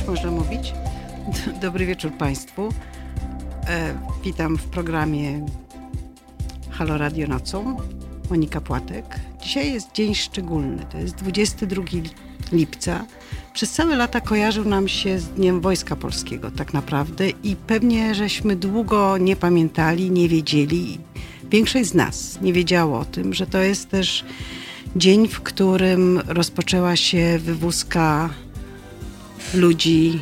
Już można mówić. Dobry wieczór Państwu. Witam w programie Halo Radio Nocą. Monika Płatek. Dzisiaj jest dzień szczególny. To jest 22 lipca. Przez całe lata kojarzył nam się z Dniem Wojska Polskiego tak naprawdę i pewnie żeśmy długo nie pamiętali, nie wiedzieli. Większość z nas nie wiedziało o tym, że to jest też dzień, w którym rozpoczęła się wywózka ludzi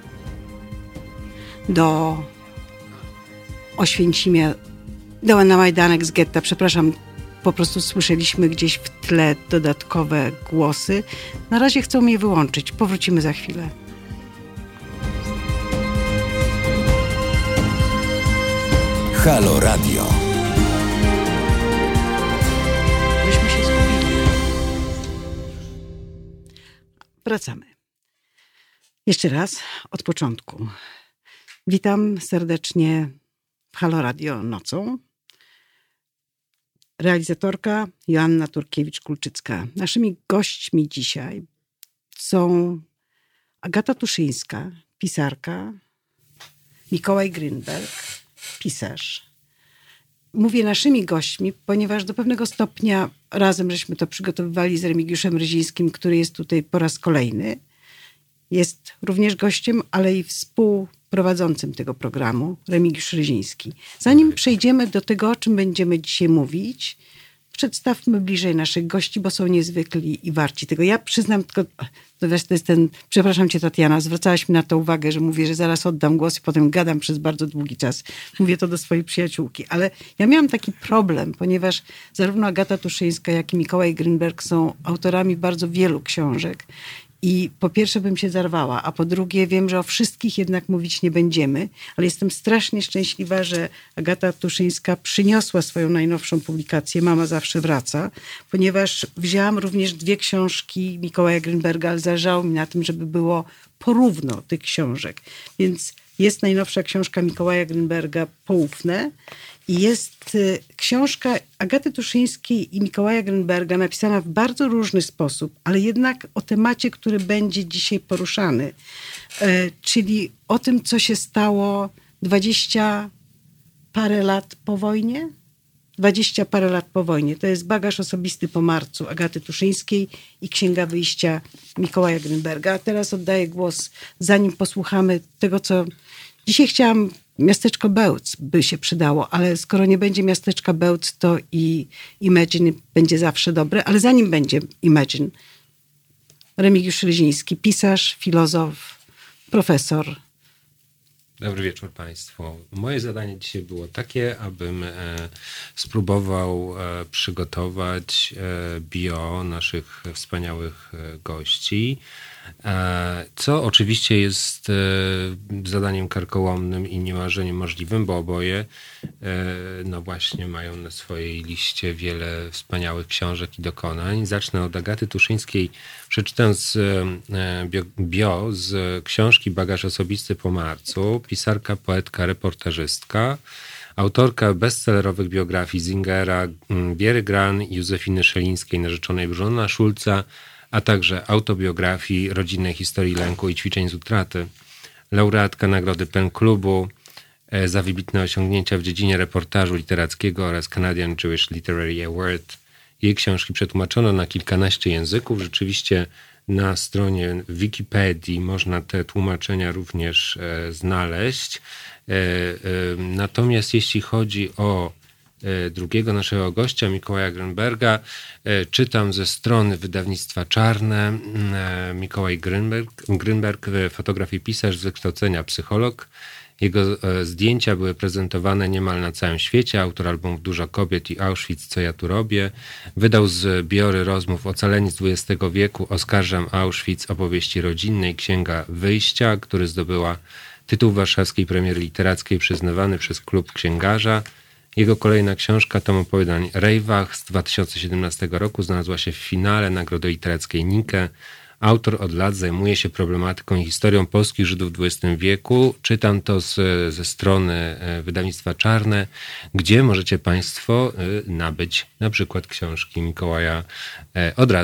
do Oświęcimia, na Majdanek z getta. Przepraszam, po prostu słyszeliśmy gdzieś w tle dodatkowe głosy. Na razie chcą mnie wyłączyć. Powrócimy za chwilę. Halo Radio. Myśmy się zgubili. Wracamy. Jeszcze raz od początku. Witam serdecznie w Halo Radio Nocą. Realizatorka Joanna Turkiewicz-Kulczycka. Naszymi gośćmi dzisiaj są Agata Tuszyńska, pisarka, Mikołaj Grynberg, pisarz. Mówię naszymi gośćmi, ponieważ do pewnego stopnia razem żeśmy to przygotowywali z Remigiuszem Ryzińskim, który jest tutaj po raz kolejny. Jest również gościem, ale i współprowadzącym tego programu, Remigiusz Ryziński. Zanim przejdziemy do tego, o czym będziemy dzisiaj mówić, przedstawmy bliżej naszych gości, bo są niezwykli i warci tego. Ja przyznam tylko, to jest ten, przepraszam cię Tatiana, zwracałaś mi na to uwagę, że mówię, że zaraz oddam głos i potem gadam przez bardzo długi czas. Mówię to do swojej przyjaciółki, ale ja miałam taki problem, ponieważ zarówno Agata Tuszyńska, jak i Mikołaj Grynberg są autorami bardzo wielu książek. I po pierwsze bym się zarwała, a po drugie wiem, że o wszystkich jednak mówić nie będziemy, ale jestem strasznie szczęśliwa, że Agata Tuszyńska przyniosła swoją najnowszą publikację Mama zawsze wraca, ponieważ wzięłam również 2 książki Mikołaja Grynberga, ale zależało mi na tym, żeby było porówno tych książek. Więc jest najnowsza książka Mikołaja Grynberga Poufne i jest książka Agaty Tuszyńskiej i Mikołaja Grynberga napisana w bardzo różny sposób, ale jednak o temacie, który będzie dzisiaj poruszany. Czyli o tym, co się stało 20 parę lat po wojnie. 20 parę lat po wojnie. To jest bagaż osobisty po marcu Agaty Tuszyńskiej i Księga Wyjścia Mikołaja Grynberga. A teraz oddaję głos, zanim posłuchamy tego, co... Dzisiaj chciałam... Miasteczko Bełc by się przydało, ale skoro nie będzie Miasteczka Bełc, to i Imagine będzie zawsze dobre. Ale zanim będzie Imagine, Remigiusz Ryziński, pisarz, filozof, profesor. Dobry wieczór Państwu. Moje zadanie dzisiaj było takie, abym spróbował przygotować bio naszych wspaniałych gości, co oczywiście jest zadaniem karkołomnym i niemalże niemożliwym, bo oboje no właśnie mają na swojej liście wiele wspaniałych książek i dokonań. Zacznę od Agaty Tuszyńskiej. Przeczytam bio z książki Bagaż osobisty po marcu. Pisarka, poetka, reportażystka, autorka bestsellerowych biografii Zingera, Biery Gran i Józefiny Szelińskiej, narzeczonej Brunona Schulza, a także autobiografii rodzinnej historii lęku i ćwiczeń z utraty. Laureatka Nagrody PEN Klubu za wybitne osiągnięcia w dziedzinie reportażu literackiego oraz Canadian Jewish Literary Award. Jej książki przetłumaczono na kilkanaście języków. Rzeczywiście na stronie Wikipedii można te tłumaczenia również znaleźć. Natomiast jeśli chodzi o drugiego naszego gościa, Mikołaja Grynberga, czytam ze strony wydawnictwa Czarne. Mikołaj Grynberg, fotograf i pisarz z wykształcenia psycholog. Jego zdjęcia były prezentowane niemal na całym świecie. Autor albumów Dużo kobiet i Auschwitz, co ja tu robię. Wydał zbiory rozmów Ocaleni z XX wieku, Oskarżam Auschwitz, opowieści rodzinnej, Księga Wyjścia, który zdobyła tytuł warszawskiej premiery literackiej przyznawany przez Klub Księgarza. Jego kolejna książka, tom opowiadań Rejwach z 2017 roku, znalazła się w finale Nagrody Literackiej Nike. Autor od lat zajmuje się problematyką i historią polskich Żydów w XX wieku. Czytam to ze strony wydawnictwa Czarne, gdzie możecie Państwo nabyć na przykład książki Mikołaja od razu.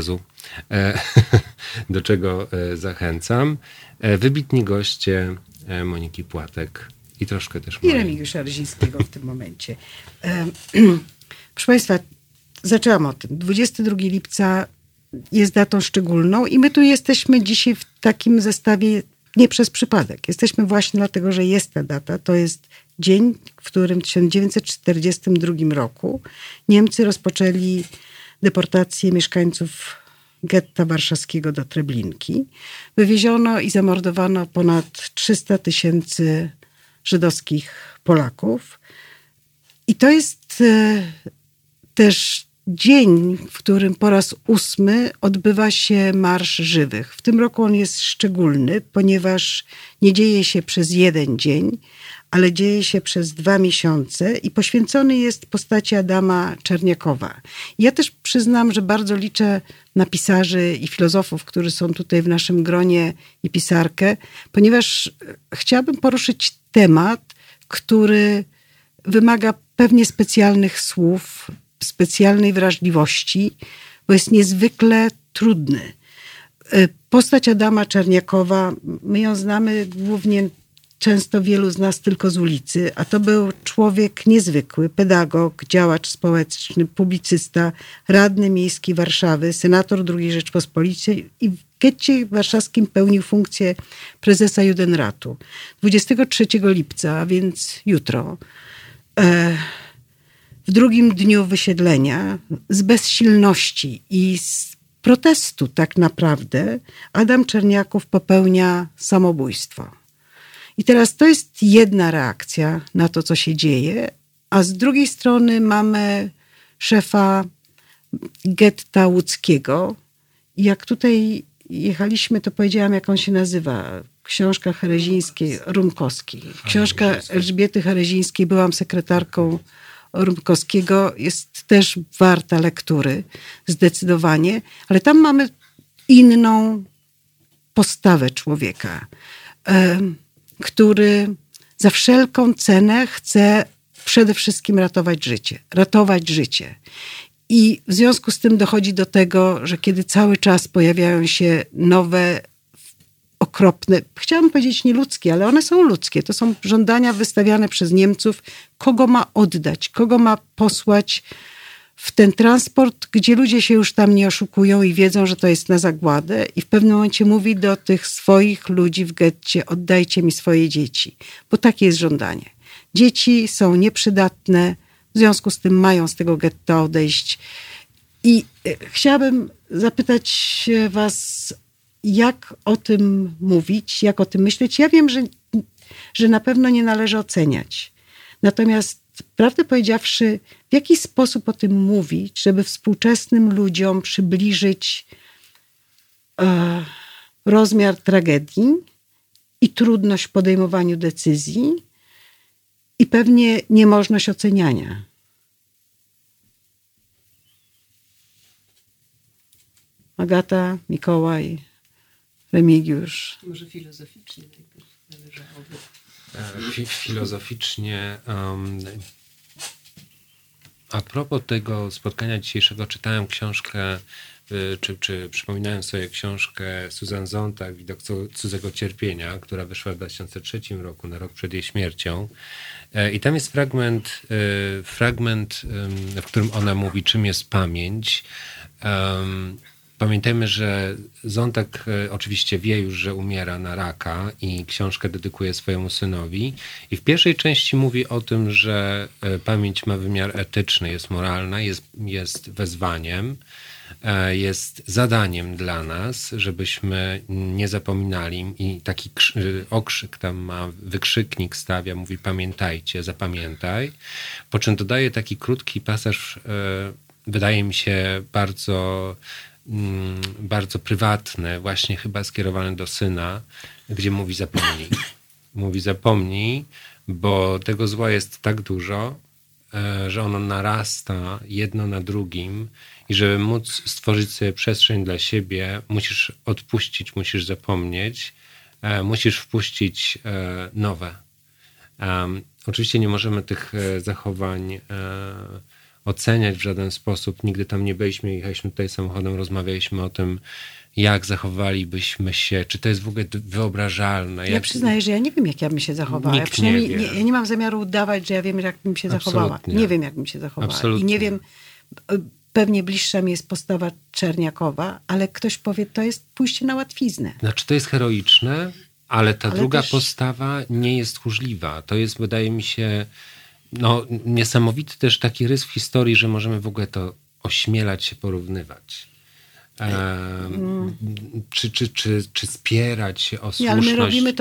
do czego zachęcam. Wybitni goście Moniki Płatek i troszkę też I Remigiusza Ryzińskiego w tym momencie. Proszę Państwa, zaczęłam o tym. 22 lipca jest datą szczególną i my tu jesteśmy dzisiaj w takim zestawie nie przez przypadek. Jesteśmy właśnie dlatego, że jest ta data. To jest dzień, w którym w 1942 roku Niemcy rozpoczęli deportację mieszkańców getta warszawskiego do Treblinki. Wywieziono i zamordowano ponad 300 000 żydowskich Polaków. I to jest też dzień, w którym po raz 8 odbywa się Marsz Żywych. W tym roku on jest szczególny, ponieważ nie dzieje się przez jeden dzień, ale dzieje się przez 2 miesiące i poświęcony jest postaci Adama Czerniakowa. Ja też przyznam, że bardzo liczę na pisarzy i filozofów, którzy są tutaj w naszym gronie, i pisarkę, ponieważ chciałabym poruszyć temat, który wymaga pewnie specjalnych słów, specjalnej wrażliwości, bo jest niezwykle trudny. Postać Adama Czerniakowa, my ją znamy głównie, często wielu z nas tylko z ulicy, a to był człowiek niezwykły, pedagog, działacz społeczny, publicysta, radny miejski Warszawy, senator II Rzeczpospolitej i w getcie warszawskim pełnił funkcję prezesa Judenratu. 23 lipca, a więc jutro, w drugim dniu wysiedlenia, z bezsilności i z protestu tak naprawdę, Adam Czerniaków popełnia samobójstwo. I teraz to jest jedna reakcja na to, co się dzieje, a z drugiej strony mamy szefa getta łódzkiego. I jak tutaj jechaliśmy, to powiedziałam, jak on się nazywa. Książka Herezińskiej, Rumkowski. Książka Elżbiety Herezińskiej, byłam sekretarką Rumkowskiego, jest też warta lektury, zdecydowanie. Ale tam mamy inną postawę człowieka, który za wszelką cenę chce przede wszystkim ratować życie. I w związku z tym dochodzi do tego, że kiedy cały czas pojawiają się nowe, okropne, chciałam powiedzieć nieludzkie, ale one są ludzkie. To są żądania wystawiane przez Niemców, kogo ma oddać, kogo ma posłać w ten transport, gdzie ludzie się już tam nie oszukują i wiedzą, że to jest na zagładę, i w pewnym momencie mówi do tych swoich ludzi w getcie: oddajcie mi swoje dzieci, bo takie jest żądanie. Dzieci są nieprzydatne, w związku z tym mają z tego getta odejść. I chciałabym zapytać was, jak o tym mówić, jak o tym myśleć. Ja wiem, że na pewno nie należy oceniać. Natomiast prawdę powiedziawszy, w jaki sposób o tym mówić, żeby współczesnym ludziom przybliżyć rozmiar tragedii i trudność w podejmowaniu decyzji i pewnie niemożność oceniania. Agata, Mikołaj, Remigiusz. Może filozoficznie najpierw należałoby. Filozoficznie. A propos tego spotkania dzisiejszego, czytałem książkę, czy przypominałem sobie książkę Susan Sontag, Widok cudzego cierpienia, która wyszła w 2003 roku, na rok przed jej śmiercią. I tam jest fragment, w którym ona mówi, czym jest pamięć. Pamiętajmy, że Sontag oczywiście wie już, że umiera na raka i książkę dedykuje swojemu synowi. I w pierwszej części mówi o tym, że pamięć ma wymiar etyczny, jest moralna, jest wezwaniem, jest zadaniem dla nas, żebyśmy nie zapominali. I taki okrzyk tam ma, wykrzyknik stawia, mówi: pamiętajcie, zapamiętaj. Po czym dodaje taki krótki pasaż, wydaje mi się bardzo prywatny, właśnie chyba skierowany do syna, gdzie mówi: zapomnij. Mówi: zapomnij, bo tego zła jest tak dużo, że ono narasta jedno na drugim i żeby móc stworzyć sobie przestrzeń dla siebie, musisz odpuścić, musisz zapomnieć, musisz wpuścić nowe. Oczywiście nie możemy tych zachowań oceniać w żaden sposób. Nigdy tam nie byliśmy, jechaliśmy tutaj samochodem, rozmawialiśmy o tym, jak zachowalibyśmy się, czy to jest w ogóle wyobrażalne. Ja przyznaję, że ja nie wiem, jak ja bym się zachowała. Nikt nie wie. Ja nie mam zamiaru udawać, że ja wiem, jak bym się zachowała. Nie wiem, jak bym się zachowała. Absolutnie. I nie wiem, pewnie bliższa mi jest postawa Czerniakowa, ale ktoś powie, to jest pójście na łatwiznę. Znaczy, to jest heroiczne, ale ta druga też... postawa nie jest tchórzliwa. To jest, wydaje mi się, niesamowity też taki rys w historii, że możemy w ogóle to ośmielać się porównywać. Czy spierać się o słuszność. Nie, ale my robimy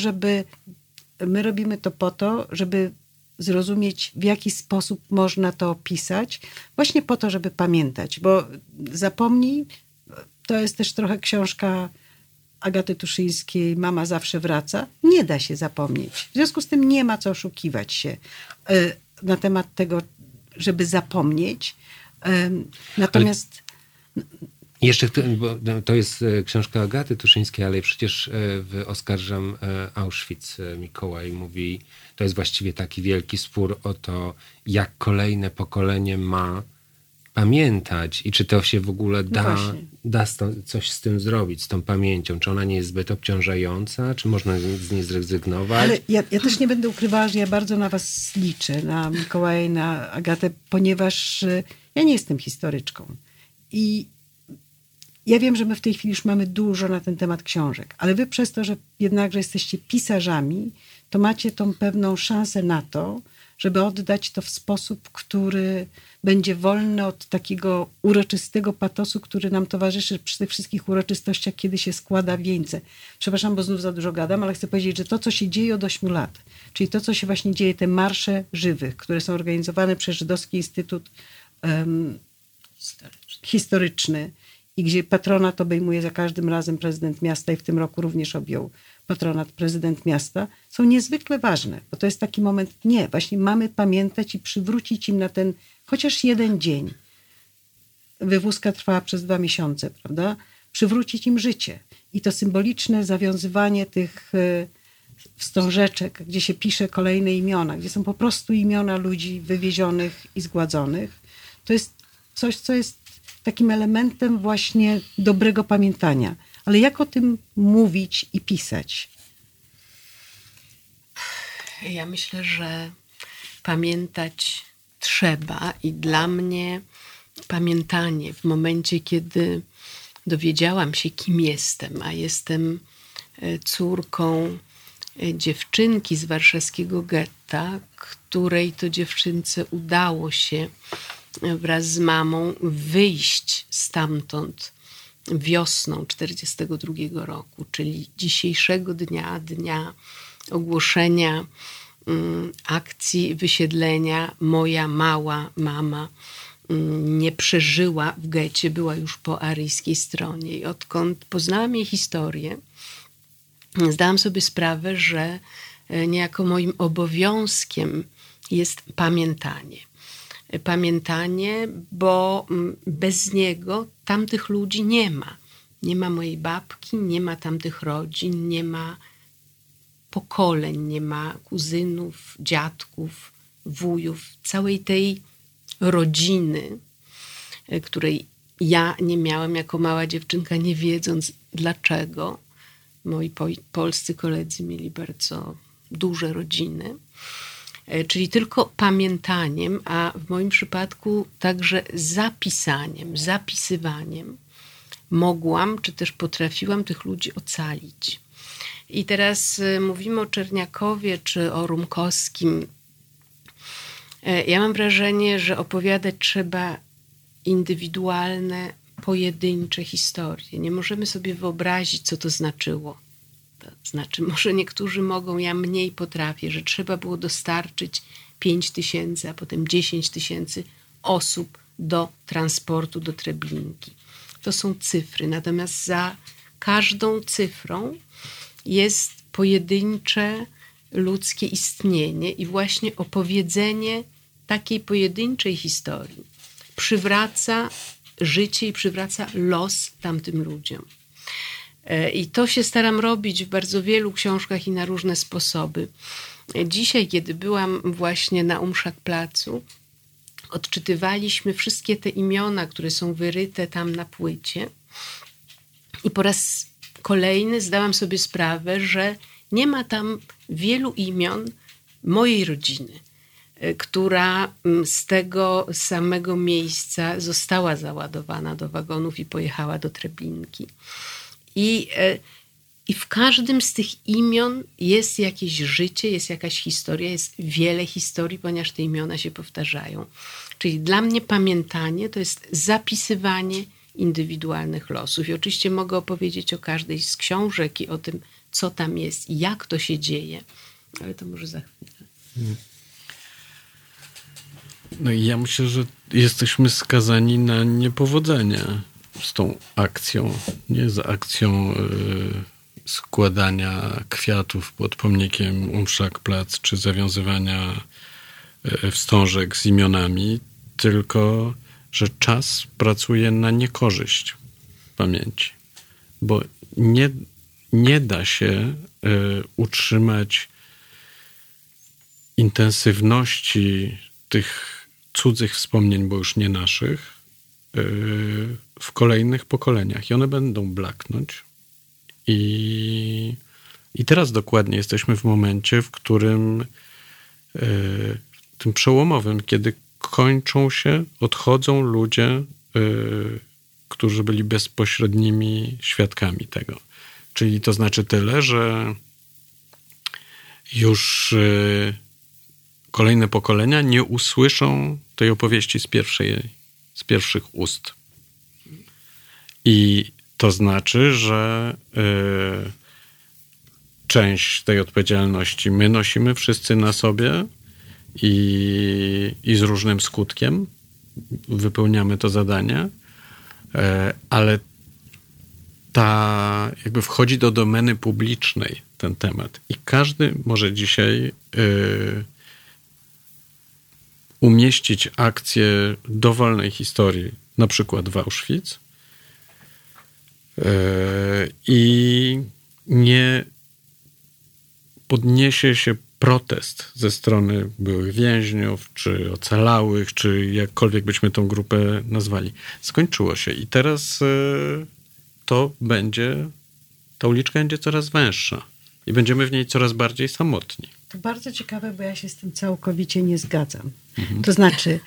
to po to, żeby zrozumieć, w jaki sposób można to opisać, właśnie po to, żeby pamiętać, bo Zapomnij, to jest też trochę książka Agaty Tuszyńskiej, Mama zawsze wraca. Nie da się zapomnieć. W związku z tym nie ma co oszukiwać się na temat tego, żeby zapomnieć. Natomiast... Jeszcze, bo to jest książka Agaty Tuszyńskiej, ale przecież w Oskarżam Auschwitz Mikołaj mówi, to jest właściwie taki wielki spór o to, jak kolejne pokolenie ma pamiętać i czy to się w ogóle da coś z tym zrobić, z tą pamięcią. Czy ona nie jest zbyt obciążająca, czy można z niej zrezygnować? Ale ja też nie będę ukrywała, że ja bardzo na was liczę, na Mikołaja i na Agatę, ponieważ ja nie jestem historyczką. I ja wiem, że my w tej chwili już mamy dużo na ten temat książek, ale wy przez to, że jednakże jesteście pisarzami, to macie tą pewną szansę na to, żeby oddać to w sposób, który będzie wolny od takiego uroczystego patosu, który nam towarzyszy przy tych wszystkich uroczystościach, kiedy się składa wieńce. Przepraszam, bo znów za dużo gadam, ale chcę powiedzieć, że to, co się dzieje od 8 lat, czyli to, co się właśnie dzieje, te marsze żywych, które są organizowane przez Żydowski Instytut Historyczny i gdzie patronat obejmuje za każdym razem prezydent miasta i w tym roku również objął patronat prezydent miasta, są niezwykle ważne, bo to jest taki moment, właśnie mamy pamiętać i przywrócić im na ten chociaż jeden dzień. Wywózka trwała przez 2 miesiące, prawda? Przywrócić im życie. I to symboliczne zawiązywanie tych wstążeczek, gdzie się pisze kolejne imiona, gdzie są po prostu imiona ludzi wywiezionych i zgładzonych, to jest coś, co jest takim elementem właśnie dobrego pamiętania. Ale jak o tym mówić i pisać? Ja myślę, że pamiętać trzeba i dla mnie pamiętanie w momencie, kiedy dowiedziałam się, kim jestem, a jestem córką dziewczynki z warszawskiego getta, której to dziewczynce udało się wraz z mamą wyjść stamtąd wiosną 1942 roku, czyli dzisiejszego dnia ogłoszenia akcji wysiedlenia. Moja mała mama nie przeżyła w getcie, była już po aryjskiej stronie. I odkąd poznałam jej historię, zdałam sobie sprawę, że niejako moim obowiązkiem jest pamiętanie. Pamiętanie, bo bez niego tamtych ludzi nie ma. Nie ma mojej babki, nie ma tamtych rodzin, nie ma pokoleń, nie ma kuzynów, dziadków, wujów, całej tej rodziny, której ja nie miałam jako mała dziewczynka, nie wiedząc dlaczego. Moi polscy koledzy mieli bardzo duże rodziny. Czyli tylko pamiętaniem, a w moim przypadku także zapisaniem, zapisywaniem mogłam, czy też potrafiłam tych ludzi ocalić. I teraz mówimy o Czerniakowie, czy o Rumkowskim. Ja mam wrażenie, że opowiadać trzeba indywidualne, pojedyncze historie. Nie możemy sobie wyobrazić, co to znaczyło. To znaczy, może niektórzy mogą, ja mniej potrafię, że trzeba było dostarczyć 5 000, a potem 10 000 osób do transportu do Treblinki. To są cyfry, natomiast za każdą cyfrą jest pojedyncze ludzkie istnienie i właśnie opowiedzenie takiej pojedynczej historii przywraca życie i przywraca los tamtym ludziom. I to się staram robić w bardzo wielu książkach i na różne sposoby. Dzisiaj, kiedy byłam właśnie na Placu, odczytywaliśmy wszystkie te imiona, które są wyryte tam na płycie. I po raz kolejny zdałam sobie sprawę, że nie ma tam wielu imion mojej rodziny, która z tego samego miejsca została załadowana do wagonów i pojechała do Treblinki. I w każdym z tych imion jest jakieś życie, jest jakaś historia, jest wiele historii, ponieważ te imiona się powtarzają. Czyli dla mnie pamiętanie to jest zapisywanie indywidualnych losów. I oczywiście mogę opowiedzieć o każdej z książek i o tym, co tam jest i jak to się dzieje, ale to może za chwilę. No i ja myślę, że jesteśmy skazani na niepowodzenie z tą akcją. Nie z akcją składania kwiatów pod pomnikiem Umschlagplatz czy zawiązywania wstążek z imionami, tylko że czas pracuje na niekorzyść pamięci. Bo nie da się utrzymać intensywności tych cudzych wspomnień, bo już nie naszych, w kolejnych pokoleniach. I one będą blaknąć. I teraz dokładnie jesteśmy w momencie, w którym tym przełomowym, kiedy odchodzą ludzie, którzy byli bezpośrednimi świadkami tego. Czyli to znaczy tyle, że już kolejne pokolenia nie usłyszą tej opowieści z pierwszych ust. I to znaczy, że część tej odpowiedzialności my nosimy wszyscy na sobie i z różnym skutkiem wypełniamy to zadanie, ale jakby wchodzi do domeny publicznej ten temat. I każdy może dzisiaj umieścić akcję dowolnej historii, na przykład w Auschwitz, i nie podniesie się protest ze strony byłych więźniów, czy ocalałych, czy jakkolwiek byśmy tą grupę nazwali. Skończyło się i teraz ta uliczka będzie coraz węższa i będziemy w niej coraz bardziej samotni. To bardzo ciekawe, bo ja się z tym całkowicie nie zgadzam. To znaczy,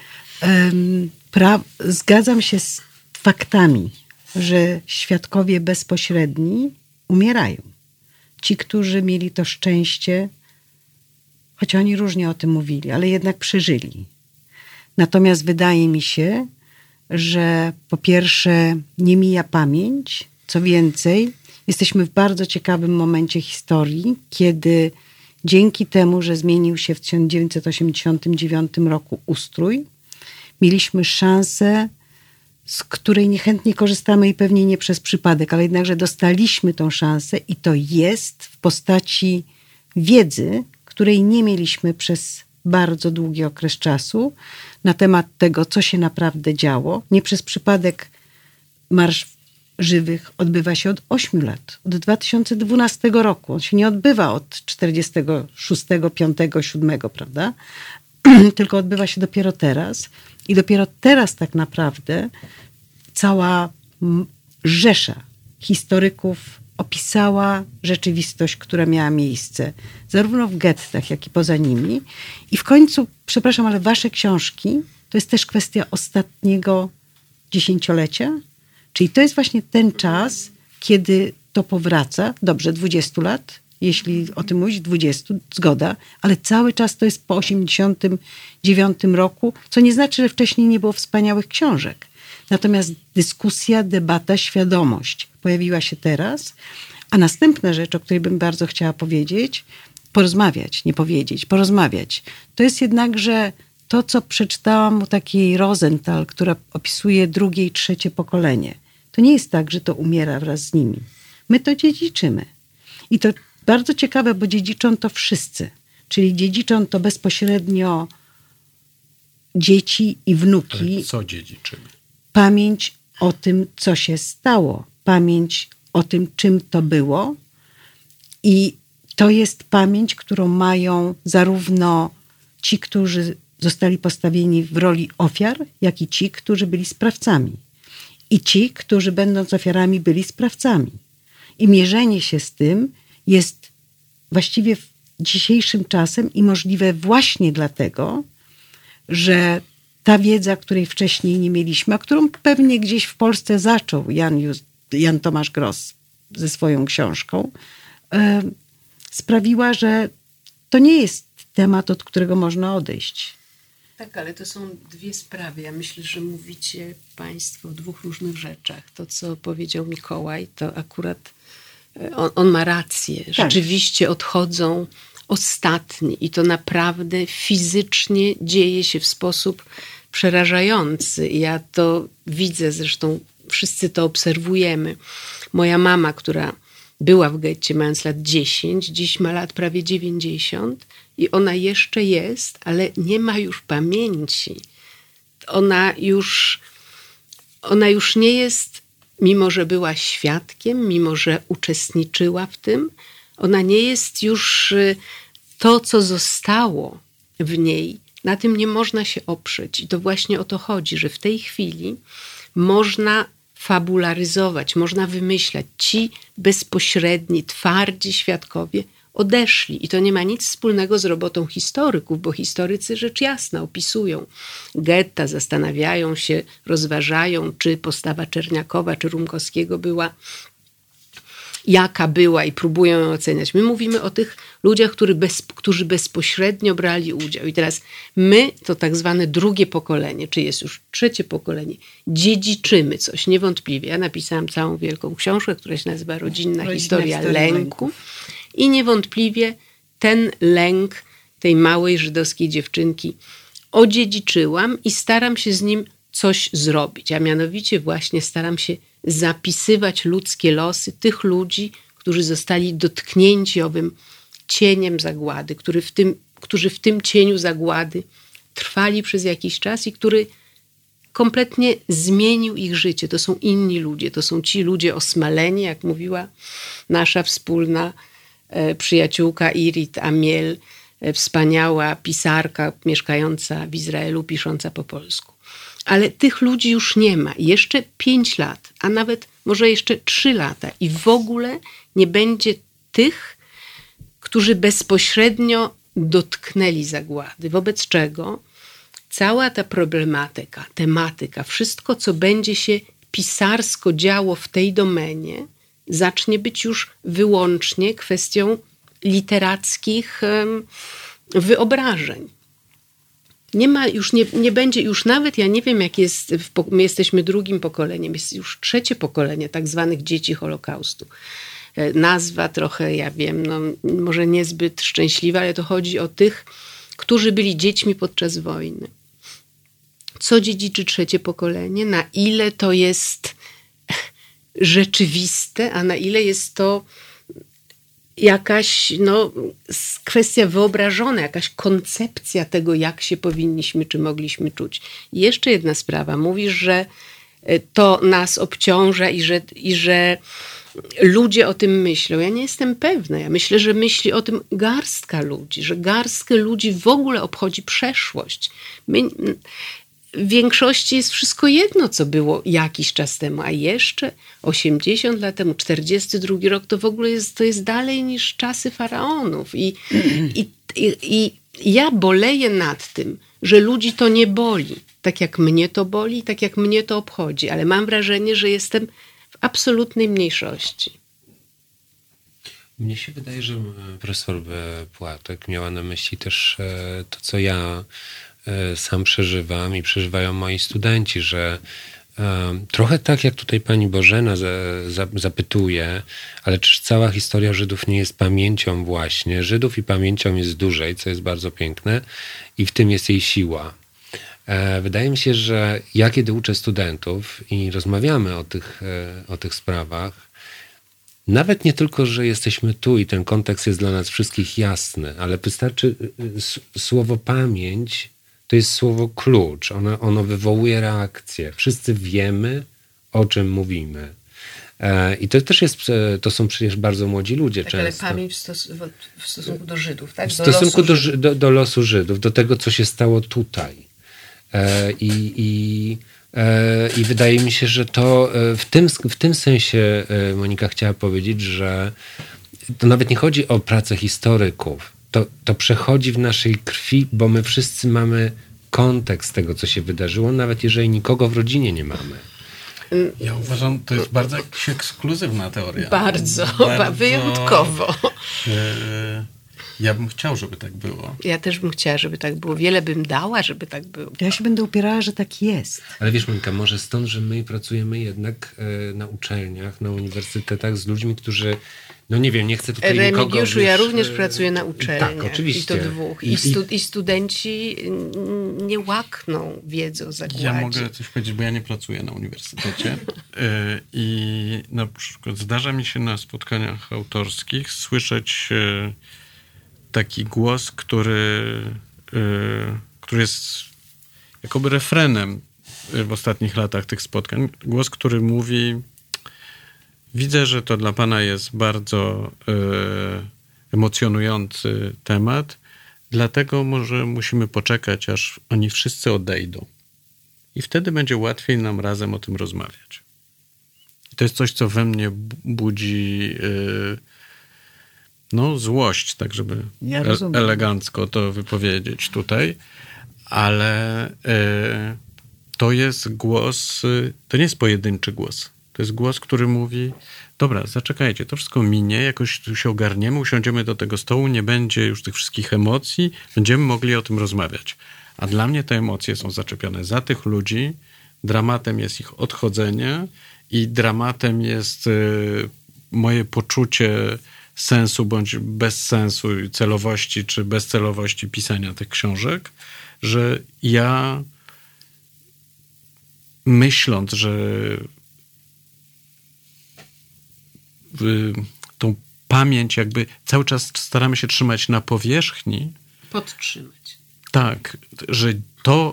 zgadzam się z faktami, że świadkowie bezpośredni umierają. Ci, którzy mieli to szczęście, choć oni różnie o tym mówili, ale jednak przeżyli. Natomiast wydaje mi się, że po pierwsze nie mija pamięć, co więcej, jesteśmy w bardzo ciekawym momencie historii, kiedy dzięki temu, że zmienił się w 1989 roku ustrój, mieliśmy szansę, z której niechętnie korzystamy i pewnie nie przez przypadek, ale jednakże dostaliśmy tą szansę i to jest w postaci wiedzy, której nie mieliśmy przez bardzo długi okres czasu na temat tego, co się naprawdę działo. Nie przez przypadek Marsz Żywych odbywa się od 8 lat, od 2012 roku. On się nie odbywa od 46, 5, 7, prawda? Tylko odbywa się dopiero teraz. I dopiero teraz tak naprawdę cała rzesza historyków opisała rzeczywistość, która miała miejsce zarówno w gettach, jak i poza nimi. I w końcu, przepraszam, ale wasze książki to jest też kwestia ostatniego dziesięciolecia. Czyli to jest właśnie ten czas, kiedy to powraca. Dobrze, 20 lat, jeśli o tym mówić, 20, zgoda, ale cały czas to jest po 89 roku, co nie znaczy, że wcześniej nie było wspaniałych książek. Natomiast dyskusja, debata, świadomość pojawiła się teraz. A następna rzecz, o której bym bardzo chciała powiedzieć, porozmawiać, nie powiedzieć, porozmawiać. To jest jednakże to, co przeczytałam u takiej Rosenthal, która opisuje drugie i trzecie pokolenie. To nie jest tak, że to umiera wraz z nimi. My to dziedziczymy. I to bardzo ciekawe, bo dziedziczą to wszyscy. Czyli dziedziczą to bezpośrednio dzieci i wnuki. Ale co dziedziczymy? Pamięć o tym, co się stało. Pamięć o tym, czym to było. I to jest pamięć, którą mają zarówno ci, którzy zostali postawieni w roli ofiar, jak i ci, którzy byli sprawcami. I ci, którzy będąc ofiarami, byli sprawcami. I mierzenie się z tym jest właściwie dzisiejszym czasem i możliwe właśnie dlatego, że ta wiedza, której wcześniej nie mieliśmy, a którą pewnie gdzieś w Polsce zaczął Jan Tomasz Gross ze swoją książką, sprawiła, że to nie jest temat, od którego można odejść. Tak, ale to są dwie sprawy. Ja myślę, że mówicie Państwo o dwóch różnych rzeczach. To, co powiedział Mikołaj, to akurat on ma rację. Rzeczywiście odchodzą ostatni i to naprawdę fizycznie dzieje się w sposób przerażający. Ja to widzę, zresztą wszyscy to obserwujemy. Moja mama, która była w getcie mając lat 10, dziś ma lat prawie 90 i ona jeszcze jest, ale nie ma już pamięci. Ona już nie jest, mimo że była świadkiem, mimo że uczestniczyła w tym, ona nie jest już to, co zostało w niej. Na tym nie można się oprzeć. I to właśnie o to chodzi, że w tej chwili można fabularyzować, można wymyślać. Ci bezpośredni, twardzi świadkowie odeszli. I to nie ma nic wspólnego z robotą historyków, bo historycy rzecz jasna opisują getta, zastanawiają się, rozważają, czy postawa Czerniakowa, czy Rumkowskiego była jaka była i próbują ją oceniać. My mówimy o tych ludziach, którzy bezpośrednio brali udział. I teraz my, to tak zwane drugie pokolenie, czy jest już trzecie pokolenie, dziedziczymy coś, niewątpliwie. Ja napisałam całą wielką książkę, która się nazywa Rodzinna historia lęku. I niewątpliwie ten lęk tej małej żydowskiej dziewczynki odziedziczyłam i staram się z nim coś zrobić. A mianowicie właśnie staram się zapisywać ludzkie losy tych ludzi, którzy zostali dotknięci owym cieniem zagłady, którzy w tym cieniu zagłady trwali przez jakiś czas i który kompletnie zmienił ich życie. To są inni ludzie, to są ci ludzie osmaleni, jak mówiła nasza wspólna przyjaciółka Irit Amiel, wspaniała pisarka mieszkająca w Izraelu, pisząca po polsku. Ale tych ludzi już nie ma. Jeszcze 5 lat, a nawet może jeszcze 3 lata i w ogóle nie będzie tych, którzy bezpośrednio dotknęli zagłady. Wobec czego cała ta problematyka, tematyka, wszystko, co będzie się pisarsko działo w tej domenie, zacznie być już wyłącznie kwestią literackich wyobrażeń. Nie ma już, nie będzie już nawet, ja nie wiem jak jest, my jesteśmy drugim pokoleniem, jest już trzecie pokolenie tak zwanych dzieci Holokaustu. Nazwa trochę, ja wiem, no, może niezbyt szczęśliwa, ale to chodzi o tych, którzy byli dziećmi podczas wojny. Co dziedziczy trzecie pokolenie? Na ile to jest rzeczywiste, a na ile jest to jakaś kwestia wyobrażona, jakaś koncepcja tego, jak się powinniśmy czy mogliśmy czuć. I jeszcze jedna sprawa. Mówisz, że to nas obciąża i że ludzie o tym myślą. Ja nie jestem pewna. Ja myślę, że myśli o tym garstka ludzi, że garstkę ludzi w ogóle obchodzi przeszłość. W większości jest wszystko jedno, co było jakiś czas temu, a jeszcze 80 lat temu, 42 rok, to w ogóle jest dalej niż czasy faraonów. I ja boleję nad tym, że ludzi to nie boli, tak jak mnie to boli, tak jak mnie to obchodzi, ale mam wrażenie, że jestem w absolutnej mniejszości. Mnie się wydaje, że profesor Płatek miała na myśli też to, co ja sam przeżywam i przeżywają moi studenci, że trochę tak jak tutaj pani Bożena zapytuje, ale czy cała historia Żydów nie jest pamięcią właśnie? Żydów i pamięcią jest dłużej, co jest bardzo piękne i w tym jest jej siła. Wydaje mi się, że ja kiedy uczę studentów i rozmawiamy o tych sprawach, nawet nie tylko, że jesteśmy tu i ten kontekst jest dla nas wszystkich jasny, ale wystarczy słowo pamięć, to jest słowo klucz. Ono wywołuje reakcję. Wszyscy wiemy, o czym mówimy. I to też jest, to są przecież bardzo młodzi ludzie tak, często. Ale pamięć w stosunku do Żydów, tak? W stosunku do losu Żydów, do tego, co się stało tutaj. I wydaje mi się, że to w tym sensie Monika chciała powiedzieć, że to nawet nie chodzi o pracę historyków. To przechodzi w naszej krwi, bo my wszyscy mamy kontekst tego, co się wydarzyło, nawet jeżeli nikogo w rodzinie nie mamy. Ja uważam, to jest bardzo jakaś ekskluzywna teoria. Bardzo. Wyjątkowo. Ja bym chciał, żeby tak było. Ja też bym chciała, żeby tak było. Wiele bym dała, żeby tak było. Ja się będę upierała, że tak jest. Ale wiesz, Monika, może stąd, że my pracujemy jednak na uczelniach, na uniwersytetach z ludźmi, którzy, no nie wiem, nie chcę tutaj nikogo... Remigiuszu, ja również pracuję na uczelniach. Tak, oczywiście. I to dwóch. I studenci nie łakną wiedzy o zakładzie. Ja mogę coś powiedzieć, bo ja nie pracuję na uniwersytecie. I na przykład zdarza mi się na spotkaniach autorskich słyszeć taki głos, który jest jakoby refrenem w ostatnich latach tych spotkań. Głos, który mówi: widzę, że to dla pana jest bardzo emocjonujący temat, dlatego może musimy poczekać, aż oni wszyscy odejdą. I wtedy będzie łatwiej nam razem o tym rozmawiać. I to jest coś, co we mnie budzi złość, tak żeby elegancko to wypowiedzieć tutaj, ale to jest głos, to nie jest pojedynczy głos. To jest głos, który mówi: dobra, zaczekajcie, to wszystko minie, jakoś tu się ogarniemy, usiądziemy do tego stołu, nie będzie już tych wszystkich emocji, będziemy mogli o tym rozmawiać. A dla mnie te emocje są zaczepione za tych ludzi, dramatem jest ich odchodzenie i dramatem jest moje poczucie sensu bądź bezsensu, celowości czy bezcelowości pisania tych książek, że ja myśląc, że tą pamięć jakby cały czas staramy się trzymać na powierzchni. Podtrzymać. Tak, że to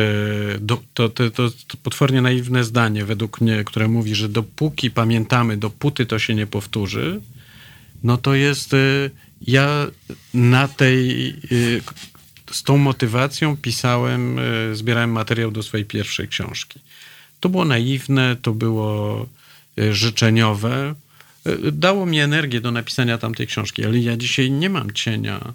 potwornie naiwne zdanie według mnie, które mówi, że dopóki pamiętamy, dopóty to się nie powtórzy, no to jest, ja z tą motywacją pisałem, zbierałem materiał do swojej pierwszej książki. To było naiwne, to było życzeniowe. Dało mi energię do napisania tamtej książki, ale ja dzisiaj nie mam cienia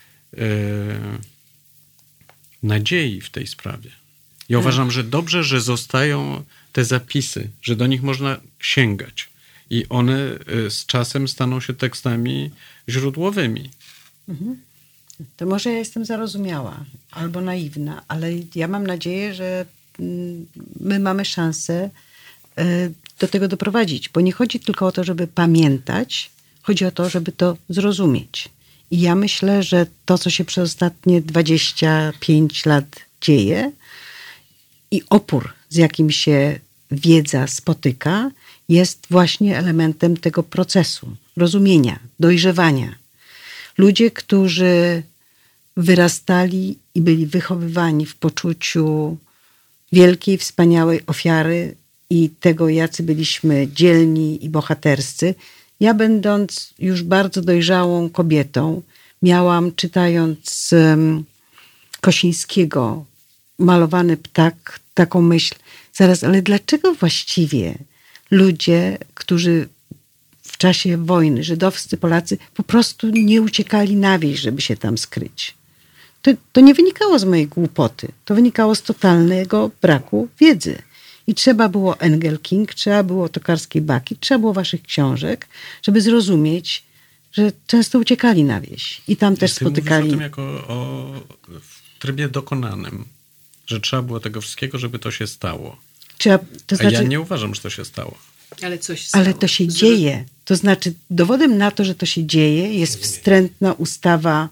nadziei w tej sprawie. Ja uważam, że dobrze, że zostają te zapisy, że do nich można sięgać. I one z czasem staną się tekstami źródłowymi. To może ja jestem zarozumiała albo naiwna, ale ja mam nadzieję, że my mamy szansę do tego doprowadzić. Bo nie chodzi tylko o to, żeby pamiętać, chodzi o to, żeby to zrozumieć. I ja myślę, że to, co się przez ostatnie 25 lat dzieje i opór, z jakim się wiedza spotyka, jest właśnie elementem tego procesu rozumienia, dojrzewania. Ludzie, którzy wyrastali i byli wychowywani w poczuciu wielkiej, wspaniałej ofiary i tego, jacy byliśmy dzielni i bohaterscy. Ja, będąc już bardzo dojrzałą kobietą, miałam, czytając Kosińskiego Malowany ptak, taką myśl: zaraz, ale dlaczego właściwie ludzie, którzy w czasie wojny, żydowscy Polacy, po prostu nie uciekali na wieś, żeby się tam skryć? To nie wynikało z mojej głupoty. To wynikało z totalnego braku wiedzy. I trzeba było Engelking, trzeba było Tokarskiej Baki, trzeba było waszych książek, żeby zrozumieć, że często uciekali na wieś. I tam też spotykali... Mówisz o tym jako o trybie dokonanym. Że trzeba było tego wszystkiego, żeby to się stało. To znaczy, a ja nie uważam, że to się stało. Ale coś stało. Ale to się dzieje. To znaczy, dowodem na to, że to się dzieje, jest wstrętna ustawa,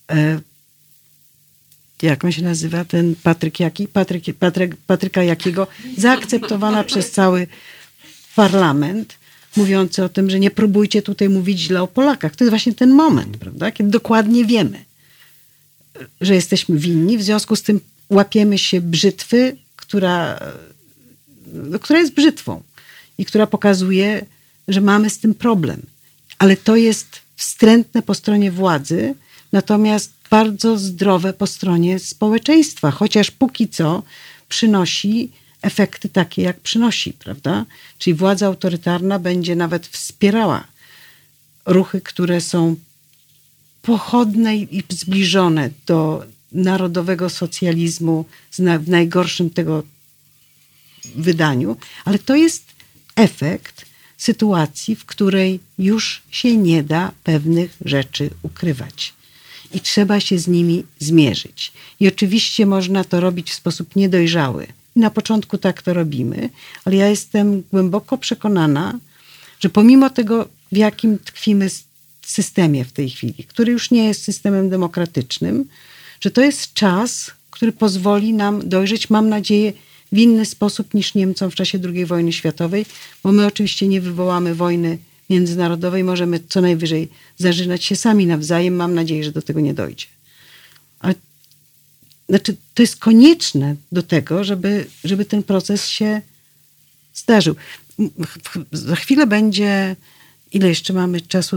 jak on się nazywa, ten Patryka Jakiego, zaakceptowana przez cały parlament, mówiący o tym, że nie próbujcie tutaj mówić źle o Polakach. To jest właśnie ten moment, prawda? Kiedy dokładnie wiemy, że jesteśmy winni, w związku z tym łapiemy się brzytwy, która jest brzytwą i która pokazuje, że mamy z tym problem. Ale to jest wstrętne po stronie władzy, natomiast bardzo zdrowe po stronie społeczeństwa, chociaż póki co przynosi efekty takie, jak przynosi, prawda? Czyli władza autorytarna będzie nawet wspierała ruchy, które są pochodne i zbliżone do narodowego socjalizmu w najgorszym tego wydaniu, ale to jest efekt sytuacji, w której już się nie da pewnych rzeczy ukrywać. I trzeba się z nimi zmierzyć. I oczywiście można to robić w sposób niedojrzały. I na początku tak to robimy, ale ja jestem głęboko przekonana, że pomimo tego, w jakim tkwimy systemie w tej chwili, który już nie jest systemem demokratycznym, że to jest czas, który pozwoli nam dojrzeć, mam nadzieję, w inny sposób niż Niemcom w czasie II wojny światowej, bo my oczywiście nie wywołamy wojny międzynarodowej, możemy co najwyżej zażynać się sami nawzajem. Mam nadzieję, że do tego nie dojdzie. Ale znaczy, to jest konieczne do tego, żeby ten proces się zdarzył. Za chwilę będzie, ile jeszcze mamy czasu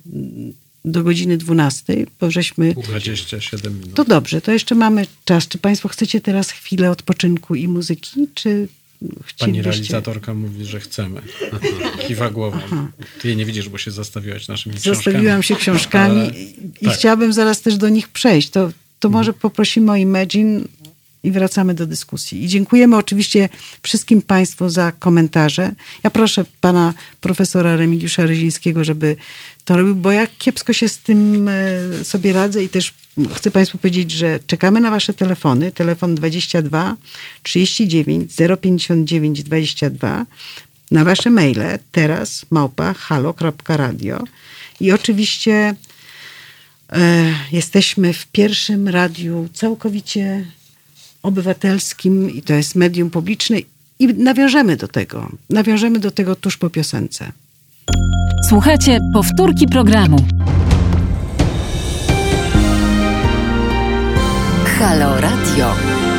do godziny 12, bo żeśmy... 27 minut. To dobrze, to jeszcze mamy czas. Czy państwo chcecie teraz chwilę odpoczynku i muzyki, czy chcielibyście... Pani realizatorka mówi, że chcemy. Kiwa głową. Ty jej nie widzisz, bo się zastawiłaś naszymi książkami. Zastawiłam się książkami i tak. chciałabym zaraz też do nich przejść. To może poprosimy o Imagine i wracamy do dyskusji. I dziękujemy oczywiście wszystkim państwu za komentarze. Ja proszę pana profesora Remigiusza Ryzińskiego, żeby to robił, bo ja kiepsko się z tym sobie radzę i też chcę państwu powiedzieć, że czekamy na wasze telefony. Telefon 22 39 059 22. Na wasze maile teraz @halo.radio. I oczywiście jesteśmy w pierwszym radiu całkowicie obywatelskim i to jest medium publiczne i nawiążemy do tego tuż po piosence. Słuchajcie, powtórki programu. Halo Radio.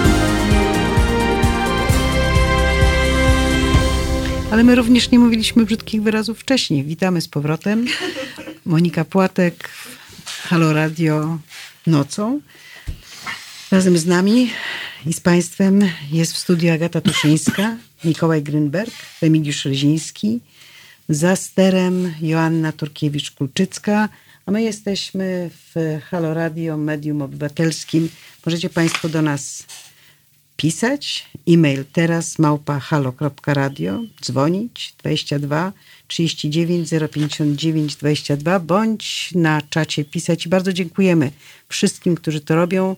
Ale my również nie mówiliśmy brzydkich wyrazów wcześniej. Witamy z powrotem. Monika Płatek, Halo Radio nocą. Razem z nami i z państwem jest w studiu Agata Tuszyńska, Mikołaj Grynberg, Remigiusz Ryziński, za sterem Joanna Turkiewicz-Kulczycka, a my jesteśmy w Halo Radio, medium obywatelskim. Możecie państwo do nas pisać. E-mail teraz @halo.radio, dzwonić 22 39 059 22, bądź na czacie pisać. I bardzo dziękujemy wszystkim, którzy to robią.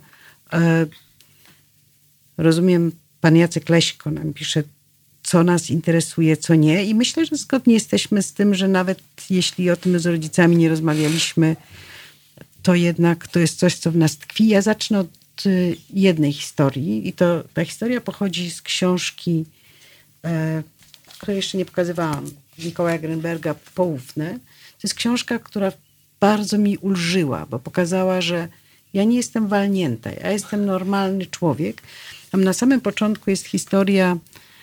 Rozumiem, pan Jacek Leśko nam pisze, co nas interesuje, co nie. I myślę, że zgodnie jesteśmy z tym, że nawet jeśli o tym z rodzicami nie rozmawialiśmy, to jednak to jest coś, co w nas tkwi. Ja zacznę od jednej historii i ta historia pochodzi z książki, której jeszcze nie pokazywałam, Mikołaja Grynberga, Poufne. To jest książka, która bardzo mi ulżyła, bo pokazała, że ja nie jestem walnięta, ja jestem normalny człowiek. Tam na samym początku jest historia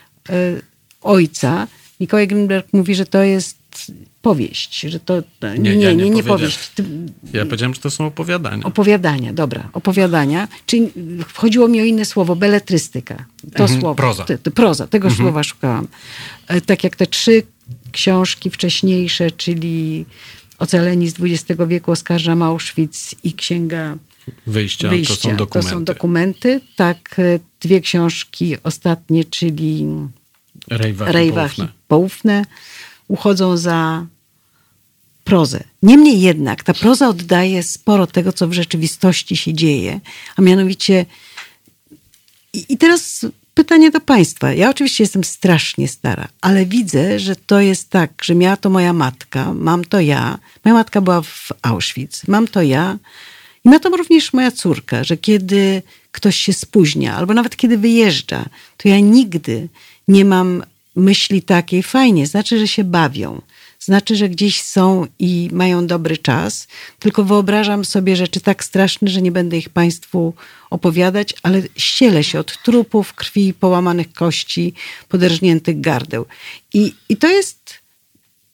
ojca. Mikołaj Grynberg mówi, że to jest powieść, że to nie powieść. Ja powiedziałem, że to są opowiadania. Opowiadania, dobra. Opowiadania. Czyli chodziło mi o inne słowo, beletrystyka. To słowo. Proza. Proza, tego słowa szukałam. Tak jak te 3 książki wcześniejsze, czyli Ocaleni z XX wieku, Oskarżam Auschwitz i Księga Wyjścia. To są dokumenty. Tak, 2 książki ostatnie, czyli Rejwach i Poufne, uchodzą za prozę. Niemniej jednak ta proza oddaje sporo tego, co w rzeczywistości się dzieje, a mianowicie i teraz pytanie do państwa. Ja oczywiście jestem strasznie stara, ale widzę, że to jest tak, że miała to moja matka, mam to ja. Moja matka była w Auschwitz, mam to ja i ma to również moja córka, że kiedy ktoś się spóźnia, albo nawet kiedy wyjeżdża, to ja nigdy nie mam myśli takiej, fajnie, znaczy, że się bawią. Znaczy, że gdzieś są i mają dobry czas. Tylko wyobrażam sobie rzeczy tak straszne, że nie będę ich państwu opowiadać, ale ścielę się od trupów, krwi, połamanych kości, poderżniętych gardeł. I to jest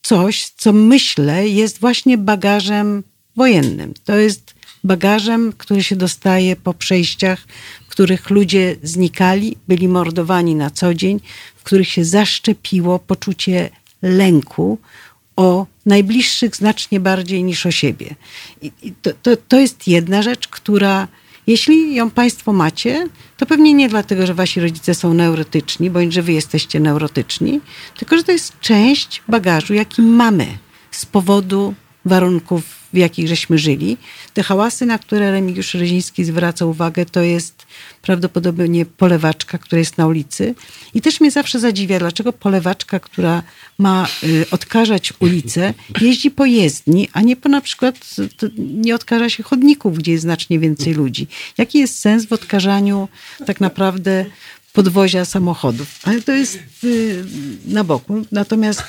coś, co myślę jest właśnie bagażem wojennym. To jest bagażem, który się dostaje po przejściach, w których ludzie znikali, byli mordowani na co dzień, w których się zaszczepiło poczucie lęku o najbliższych znacznie bardziej niż o siebie. I to jest jedna rzecz, która, jeśli ją państwo macie, to pewnie nie dlatego, że wasi rodzice są neurotyczni, bądź że wy jesteście neurotyczni, tylko że to jest część bagażu, jaki mamy z powodu warunków, w jakich żeśmy żyli. Te hałasy, na które Remigiusz Reziński zwraca uwagę, to jest prawdopodobnie polewaczka, która jest na ulicy. I też mnie zawsze zadziwia, dlaczego polewaczka, która ma odkażać ulicę, jeździ po jezdni, a nie po na przykład nie odkaża się chodników, gdzie jest znacznie więcej ludzi. Jaki jest sens w odkażaniu tak naprawdę podwozia samochodów? Ale to jest na boku. Natomiast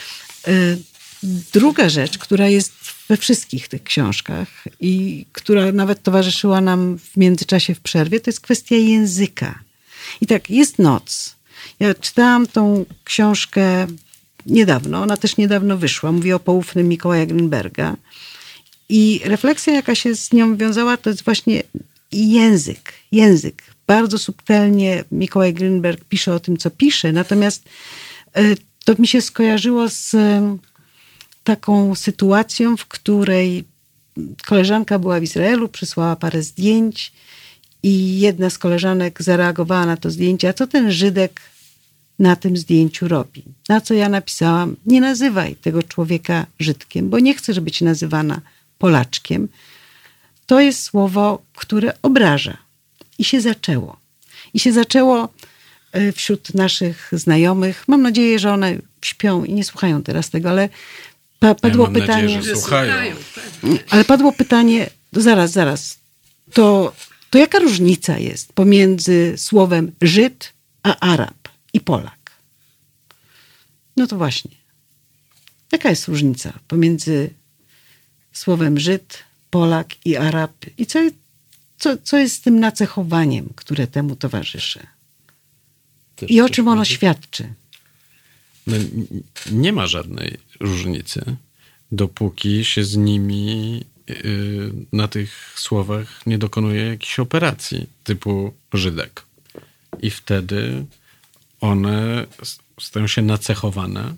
druga rzecz, która jest we wszystkich tych książkach i która nawet towarzyszyła nam w międzyczasie w przerwie, to jest kwestia języka. I tak, jest noc. Ja czytałam tą książkę niedawno, ona też niedawno wyszła. Mówię o Poufnym Mikołaja Grinberga. I refleksja, jaka się z nią wiązała, to jest właśnie język. Język. Bardzo subtelnie Mikołaj Grinberg pisze o tym, co pisze. Natomiast to mi się skojarzyło z taką sytuacją, w której koleżanka była w Izraelu, przysłała parę zdjęć i jedna z koleżanek zareagowała na to zdjęcie, a co ten Żydek na tym zdjęciu robi? Na co ja napisałam, nie nazywaj tego człowieka Żydkiem, bo nie chcę, żeby ci nazywana Polaczkiem. To jest słowo, które obraża. I się zaczęło. I się zaczęło wśród naszych znajomych. Mam nadzieję, że one śpią i nie słuchają teraz tego, ale padło pytanie. Nadzieję, że słuchają. Ale padło pytanie, zaraz. To jaka różnica jest pomiędzy słowem Żyd a Arab i Polak? No to właśnie. Jaka jest różnica pomiędzy słowem Żyd, Polak i Arab? I co jest z tym nacechowaniem, które temu towarzyszy? Też I o czym ono świadczy? No, nie ma żadnej różnicy, dopóki się z nimi na tych słowach nie dokonuje jakichś operacji typu Żydek. I wtedy one stają się nacechowane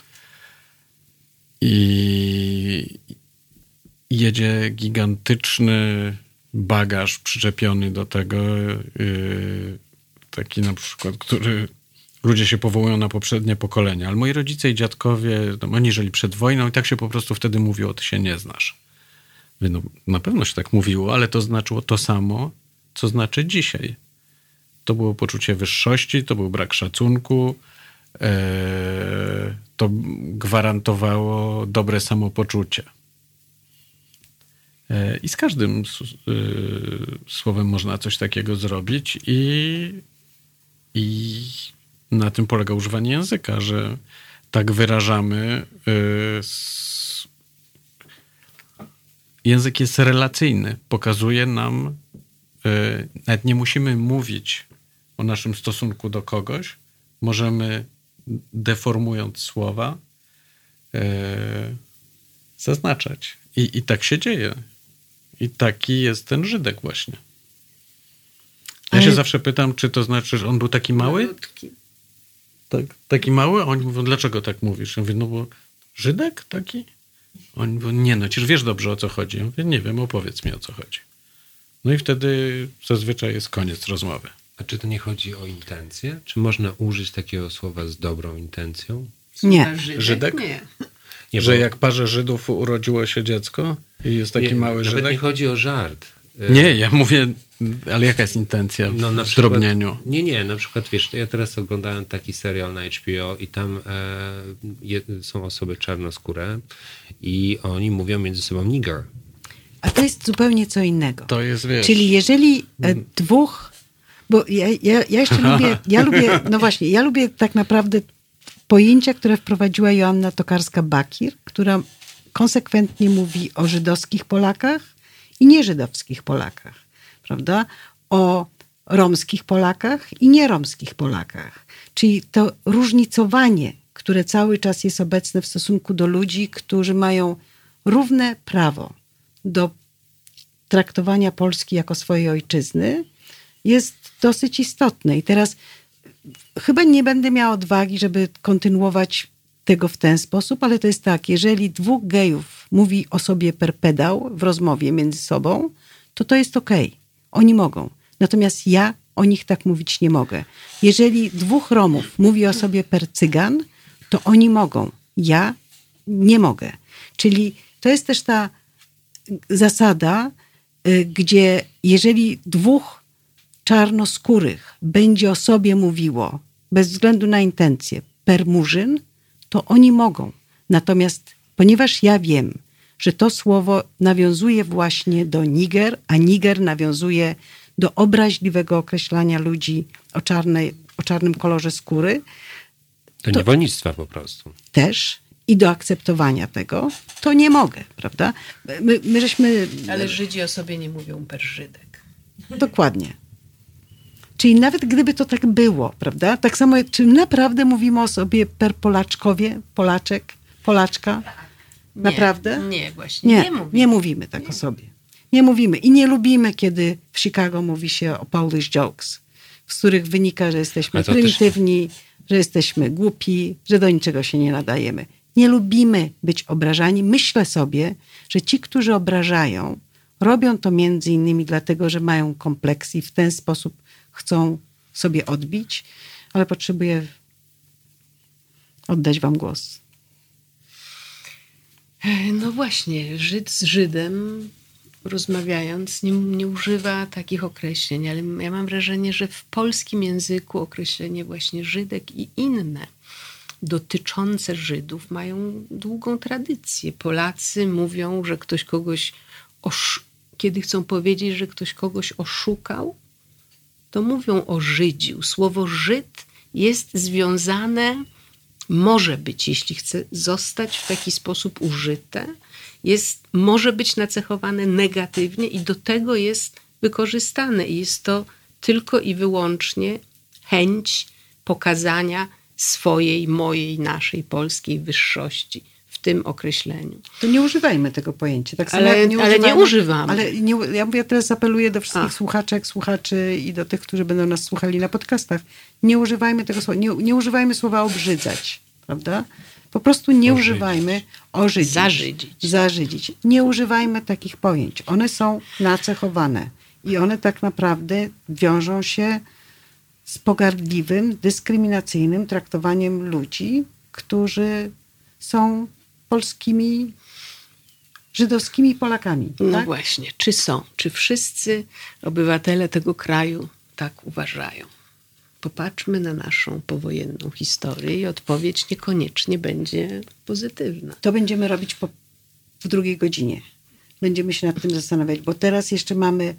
i jedzie gigantyczny bagaż przyczepiony do tego, taki na przykład, który ludzie się powołują na poprzednie pokolenia, ale moi rodzice i dziadkowie, oni żyli przed wojną i tak się po prostu wtedy mówiło, ty się nie znasz. No, na pewno się tak mówiło, ale to znaczyło to samo, co znaczy dzisiaj. To było poczucie wyższości, to był brak szacunku, to gwarantowało dobre samopoczucie. I z każdym słowem można coś takiego zrobić i na tym polega używanie języka, że tak wyrażamy. Język jest relacyjny. Pokazuje nam, nawet nie musimy mówić o naszym stosunku do kogoś. Możemy, deformując słowa, zaznaczać. I tak się dzieje. I taki jest ten Żydek właśnie. Ja się zawsze pytam, czy to znaczy, że on był taki mały? Tak, taki mały? A oni mówią, dlaczego tak mówisz? Ja mówię, no bo Żydek taki? Oni mówią, nie no, przecież wiesz dobrze, o co chodzi. Ja mówię, nie wiem, opowiedz mi, o co chodzi. No i wtedy zazwyczaj jest koniec rozmowy. A czy to nie chodzi o intencję? Czy można użyć takiego słowa z dobrą intencją? Nie. Żydek? Nie, że jak parze Żydów urodziło się dziecko i jest taki mały Żydek? Żydek? Nie chodzi o żart. Nie, ja mówię, ale jaka jest intencja w zdrobnieniu? Nie, na przykład wiesz, ja teraz oglądałem taki serial na HBO i tam są osoby czarnoskóre i oni mówią między sobą nigger. A to jest zupełnie co innego. To jest, wiesz... Czyli jeżeli dwóch... Bo ja jeszcze lubię, no właśnie, ja lubię tak naprawdę pojęcia, które wprowadziła Joanna Tokarska-Bakir, która konsekwentnie mówi o żydowskich Polakach i nieżydowskich Polakach, prawda? O romskich Polakach i nieromskich Polakach. Czyli to różnicowanie które cały czas jest obecne w stosunku do ludzi, którzy mają równe prawo do traktowania Polski jako swojej ojczyzny, jest dosyć istotne. I teraz chyba nie będę miała odwagi, żeby kontynuować tego w ten sposób, ale to jest tak, jeżeli 2 gejów mówi o sobie per pedał w rozmowie między sobą, to jest okej. Oni mogą. Natomiast ja o nich tak mówić nie mogę. Jeżeli 2 Romów mówi o sobie per cygan, to oni mogą. Ja nie mogę. Czyli to jest też ta zasada, gdzie jeżeli 2 czarnoskórych będzie o sobie mówiło, bez względu na intencje, per murzyn, to oni mogą. Natomiast ponieważ ja wiem, że to słowo nawiązuje właśnie do niger, a niger nawiązuje do obraźliwego określania ludzi o czarnym kolorze skóry. Do niewolnictwa po prostu. Też i do akceptowania tego, to nie mogę, prawda? My żeśmy... Ale Żydzi o sobie nie mówią per Żydek. Dokładnie. Czyli nawet gdyby to tak było, prawda? Tak samo, czy naprawdę mówimy o sobie per Polaczkowie, Polaczek, Polaczka? Naprawdę? Nie, właśnie. Nie mówimy tak o sobie. Nie mówimy. I nie lubimy, kiedy w Chicago mówi się o Polish jokes, z których wynika, że jesteśmy prymitywni, że jesteśmy głupi, że do niczego się nie nadajemy. Nie lubimy być obrażani. Myślę sobie, że ci, którzy obrażają, robią to między innymi dlatego, że mają kompleksy i w ten sposób chcą sobie odbić, ale potrzebuję oddać wam głos. No właśnie, Żyd z Żydem rozmawiając nie używa takich określeń, ale ja mam wrażenie, że w polskim języku określenie właśnie Żydek i inne dotyczące Żydów mają długą tradycję. Polacy mówią, że ktoś kogoś kiedy chcą powiedzieć, że ktoś kogoś oszukał, to mówią o Żydziu. Słowo Żyd jest związane, może być, jeśli chce zostać w taki sposób użyte, może być nacechowane negatywnie i do tego jest wykorzystane. I jest to tylko i wyłącznie chęć pokazania swojej, mojej, naszej polskiej wyższości w tym określeniu. To nie używajmy tego pojęcia. Tak samo ale nie używamy. Ale ja teraz apeluję do wszystkich słuchaczek, słuchaczy i do tych, którzy będą nas słuchali na podcastach. Nie używajmy tego słowa. Nie używajmy słowa obrzydzać, prawda? Po prostu nie używajmy zażydzić. Nie używajmy takich pojęć. One są nacechowane i one tak naprawdę wiążą się z pogardliwym, dyskryminacyjnym traktowaniem ludzi, którzy są polskimi, żydowskimi Polakami. No tak? właśnie, czy wszyscy obywatele tego kraju tak uważają? Popatrzmy na naszą powojenną historię i odpowiedź niekoniecznie będzie pozytywna. To będziemy robić w drugiej godzinie. Będziemy się nad tym zastanawiać, bo teraz jeszcze mamy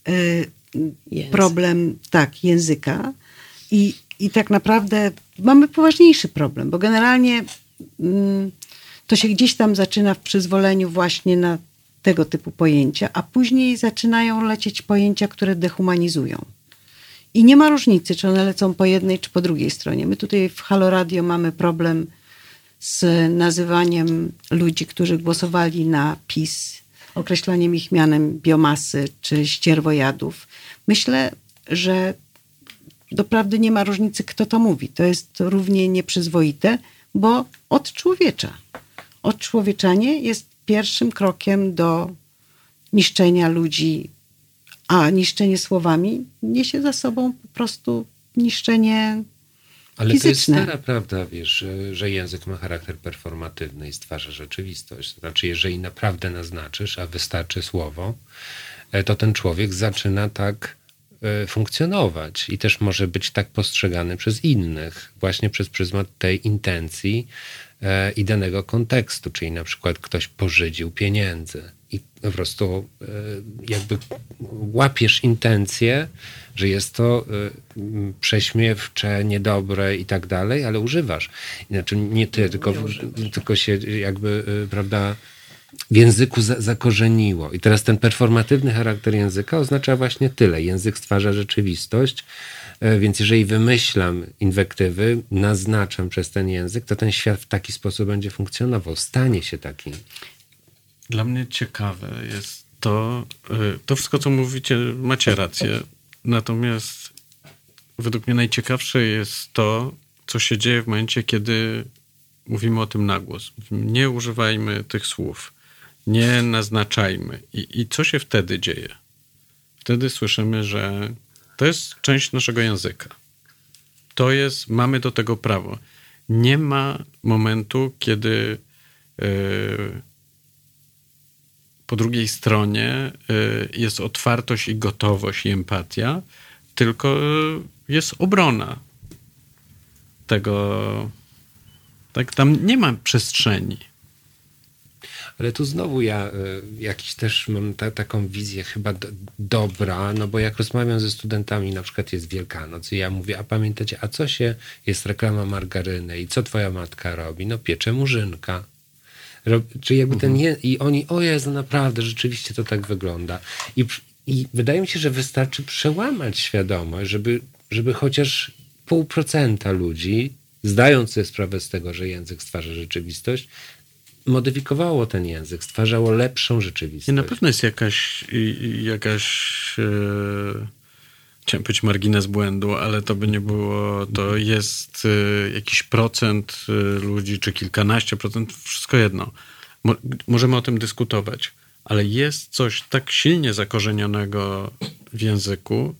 problem języka i tak naprawdę mamy poważniejszy problem, bo generalnie to się gdzieś tam zaczyna w przyzwoleniu właśnie na tego typu pojęcia, a później zaczynają lecieć pojęcia, które dehumanizują. I nie ma różnicy, czy one lecą po jednej, czy po drugiej stronie. My tutaj w Halo Radio mamy problem z nazywaniem ludzi, którzy głosowali na PiS, określaniem ich mianem biomasy, czy ścierwojadów. Myślę, że doprawdy nie ma różnicy, kto to mówi. To jest równie nieprzyzwoite, bo odczłowiecza. Odczłowieczanie jest pierwszym krokiem do niszczenia ludzi, a niszczenie słowami niesie za sobą po prostu niszczenie ale fizyczne. To jest stara prawda, wiesz, że język ma charakter performatywny i stwarza rzeczywistość. Znaczy, jeżeli naprawdę naznaczysz, a wystarczy słowo, to ten człowiek zaczyna tak funkcjonować i też może być tak postrzegany przez innych, właśnie przez pryzmat tej intencji i danego kontekstu, czyli na przykład ktoś pożydził pieniędzy i po prostu jakby łapiesz intencję, że jest to prześmiewcze, niedobre i tak dalej, ale używasz. Znaczy nie ty, tylko się jakby, prawda, w języku zakorzeniło. I teraz ten performatywny charakter języka oznacza właśnie tyle. Język stwarza rzeczywistość, Więc jeżeli wymyślam inwektywy, naznaczam przez ten język, to ten świat w taki sposób będzie funkcjonował, stanie się takim. Dla mnie ciekawe jest to wszystko, co mówicie, macie rację. Natomiast według mnie najciekawsze jest to, co się dzieje w momencie, kiedy mówimy o tym na głos. Nie używajmy tych słów. Nie naznaczajmy. I co się wtedy dzieje? Wtedy słyszymy, że to jest część naszego języka. Mamy do tego prawo. Nie ma momentu, kiedy po drugiej stronie jest otwartość i gotowość i empatia, tylko jest obrona tego. Tak, tam nie ma przestrzeni. Ale tu znowu ja jakiś też mam taką wizję chyba dobra, no bo jak rozmawiam ze studentami, na przykład jest Wielkanoc i ja mówię, a pamiętacie, a co jest reklama margaryny i co twoja matka robi? No piecze murzynka. Czy jakby i oni, o Jezu, naprawdę, rzeczywiście to tak wygląda. I wydaje mi się, że wystarczy przełamać świadomość, żeby chociaż 0,5% ludzi, zdając sobie sprawę z tego, że język stwarza rzeczywistość, modyfikowało ten język, stwarzało lepszą rzeczywistość. I na pewno jest jakaś chciałem powiedzieć margines błędu, ale to by nie było, to jest jakiś procent ludzi, czy kilkanaście procent, wszystko jedno. Możemy o tym dyskutować, ale jest coś tak silnie zakorzenionego w języku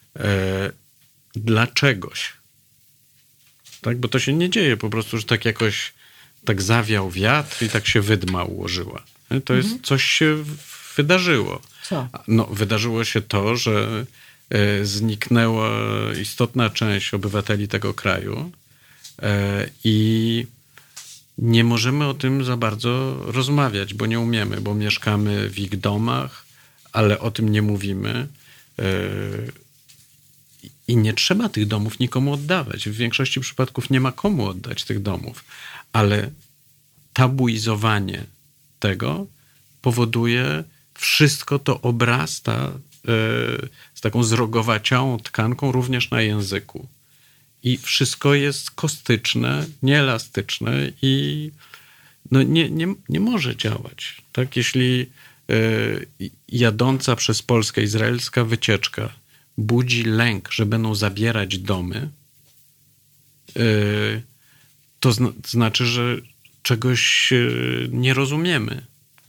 dla czegoś. Tak? Bo to się nie dzieje po prostu, że tak jakoś tak zawiał wiatr i tak się wydma ułożyła. To jest, coś się wydarzyło. Co? No, wydarzyło się to, że zniknęła istotna część obywateli tego kraju i nie możemy o tym za bardzo rozmawiać, bo nie umiemy, bo mieszkamy w ich domach, ale o tym nie mówimy. I nie trzeba tych domów nikomu oddawać. W większości przypadków nie ma komu oddać tych domów. Ale tabuizowanie tego powoduje, wszystko to obrasta z taką zrogowaciałą tkanką również na języku. I wszystko jest kostyczne, nieelastyczne i no nie może działać. Tak? Jeśli jadąca przez Polskę izraelska wycieczka budzi lęk, że będą zabierać domy, to znaczy, że czegoś nie rozumiemy.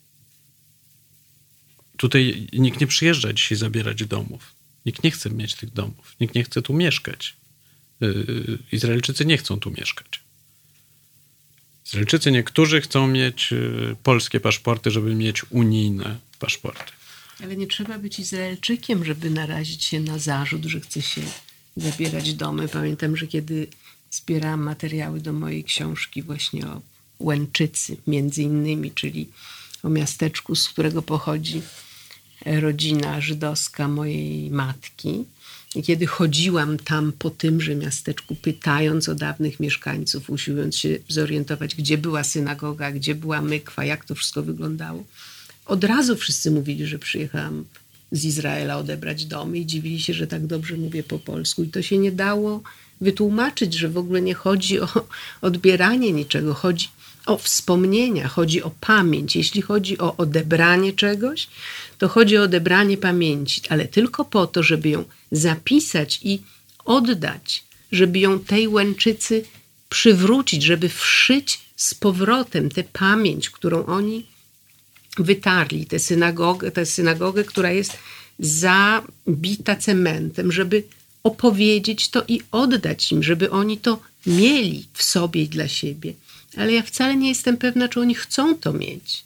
Tutaj nikt nie przyjeżdża dzisiaj zabierać domów. Nikt nie chce mieć tych domów. Nikt nie chce tu mieszkać. Izraelczycy nie chcą tu mieszkać. Izraelczycy niektórzy chcą mieć polskie paszporty, żeby mieć unijne paszporty. Ale nie trzeba być Izraelczykiem, żeby narazić się na zarzut, że chce się zabierać domy. Pamiętam, że kiedy zbierałam materiały do mojej książki właśnie o Łęczycy, między innymi, czyli o miasteczku, z którego pochodzi rodzina żydowska mojej matki. I kiedy chodziłam tam po tymże miasteczku, pytając o dawnych mieszkańców, usiłując się zorientować, gdzie była synagoga, gdzie była mykwa, jak to wszystko wyglądało, od razu wszyscy mówili, że przyjechałam z Izraela odebrać domy i dziwili się, że tak dobrze mówię po polsku. I to się nie dało wytłumaczyć, że w ogóle nie chodzi o odbieranie niczego, chodzi o wspomnienia, chodzi o pamięć. Jeśli chodzi o odebranie czegoś, to chodzi o odebranie pamięci, ale tylko po to, żeby ją zapisać i oddać, żeby ją tej Łęczycy przywrócić, żeby wszyć z powrotem tę pamięć, którą oni wytarli, tę synagogę, która jest zabita cementem, żeby opowiedzieć to i oddać im, żeby oni to mieli w sobie i dla siebie. Ale ja wcale nie jestem pewna, czy oni chcą to mieć.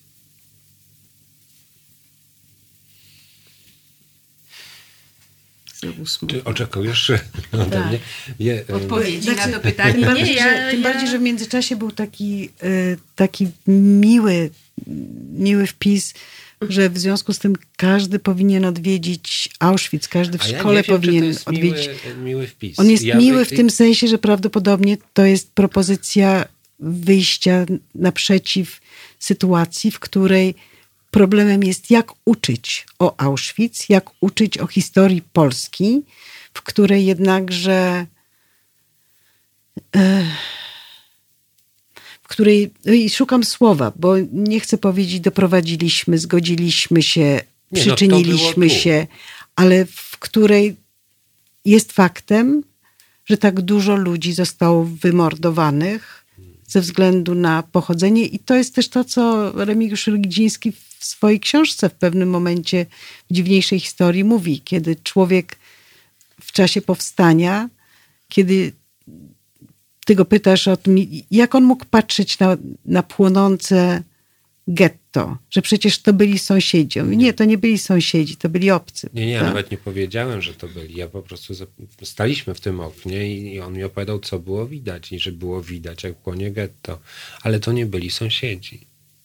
Znowu smutno. Ty oczekujesz ode mnie odpowiedzi na to pytanie? Tym bardziej, że w międzyczasie był taki miły wpis, że w związku z tym każdy powinien odwiedzić Auschwitz, każdy w szkole powinien odwiedzić. Miły wpis. On jest miły w tym sensie, że prawdopodobnie to jest propozycja wyjścia naprzeciw sytuacji, w której problemem jest, jak uczyć o Auschwitz, jak uczyć o historii Polski w której jednakże w której, i szukam słowa, bo nie chcę powiedzieć doprowadziliśmy, zgodziliśmy się, przyczyniliśmy się, ale w której jest faktem, że tak dużo ludzi zostało wymordowanych ze względu na pochodzenie. I to jest też to, co Remigiusz Rydziński w swojej książce w pewnym momencie w Dziwniejszej historii mówi, kiedy człowiek w czasie powstania, kiedy ty go pytasz o tym, jak on mógł patrzeć na płonące getto, że przecież to byli sąsiedzi. Nie, to nie byli sąsiedzi, to byli obcy. Nie, ja tak? nawet nie powiedziałem, że to byli. Ja po prostu staliśmy w tym oknie i on mi opowiadał, co było widać i że było widać, jak płonie getto. Ale to nie byli sąsiedzi.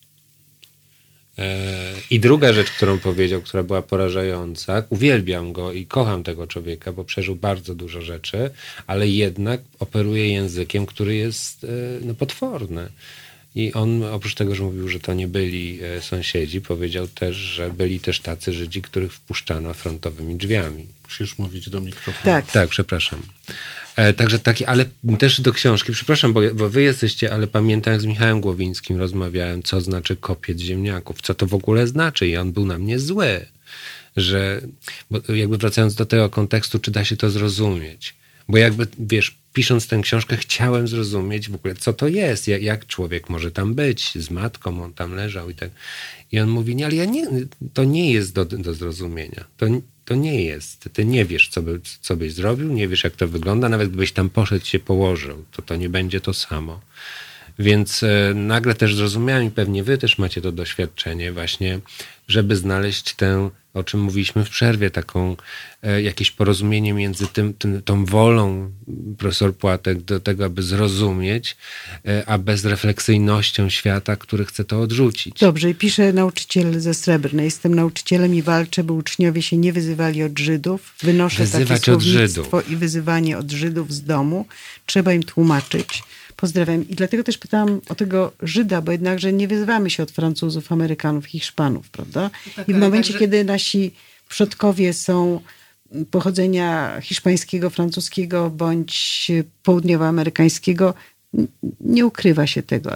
I druga rzecz, którą powiedział, która była porażająca, uwielbiam go i kocham tego człowieka, bo przeżył bardzo dużo rzeczy, ale jednak operuje językiem, który jest potworny. I on oprócz tego, że mówił, że to nie byli sąsiedzi, powiedział też, że byli też tacy Żydzi, których wpuszczano frontowymi drzwiami. Musisz mówić do mikrofonu. Tak, przepraszam. Także taki, ale też do książki, przepraszam, bo wy jesteście, ale pamiętam, jak z Michałem Głowińskim rozmawiałem, co znaczy kopiec ziemniaków, co to w ogóle znaczy i on był na mnie zły, że, bo jakby wracając do tego kontekstu, czy da się to zrozumieć, bo jakby, wiesz, pisząc tę książkę chciałem zrozumieć w ogóle, co to jest, jak człowiek może tam być, z matką on tam leżał i tak. I on mówi, nie, ale to nie jest do zrozumienia, to nie jest. Ty nie wiesz, co byś zrobił, nie wiesz, jak to wygląda. Nawet gdybyś tam poszedł, się położył, to nie będzie to samo. Więc nagle też zrozumiałem i pewnie wy też macie to doświadczenie właśnie, żeby znaleźć tę, o czym mówiliśmy w przerwie, taką jakieś porozumienie między tą wolą profesor Płatek do tego, aby zrozumieć, a bezrefleksyjnością świata, który chce to odrzucić. Dobrze, i pisze nauczyciel ze Srebrnej. Jestem nauczycielem i walczę, by uczniowie się nie wyzywali od Żydów. Wynoszę takie słownictwo i wyzywanie od Żydów z domu. Trzeba im tłumaczyć. Pozdrawiam. I dlatego też pytałam o tego Żyda, bo jednakże nie wyzywamy się od Francuzów, Amerykanów, Hiszpanów, prawda? Tak, i w momencie, kiedy nasi przodkowie są pochodzenia hiszpańskiego, francuskiego bądź południowoamerykańskiego, nie ukrywa się tego. A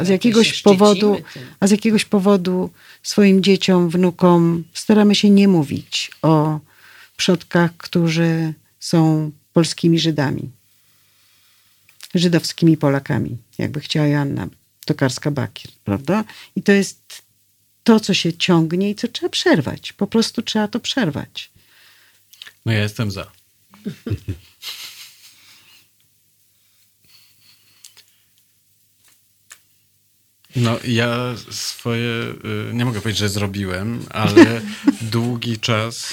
z jakiegoś powodu swoim dzieciom, wnukom staramy się nie mówić o przodkach, którzy są polskimi Żydami. Żydowskimi Polakami, jakby chciała Joanna Tokarska-Bakier, prawda? I to jest to, co się ciągnie i co trzeba przerwać. Po prostu trzeba to przerwać. No ja jestem za. No ja swoje, nie mogę powiedzieć, że zrobiłem, ale długi czas,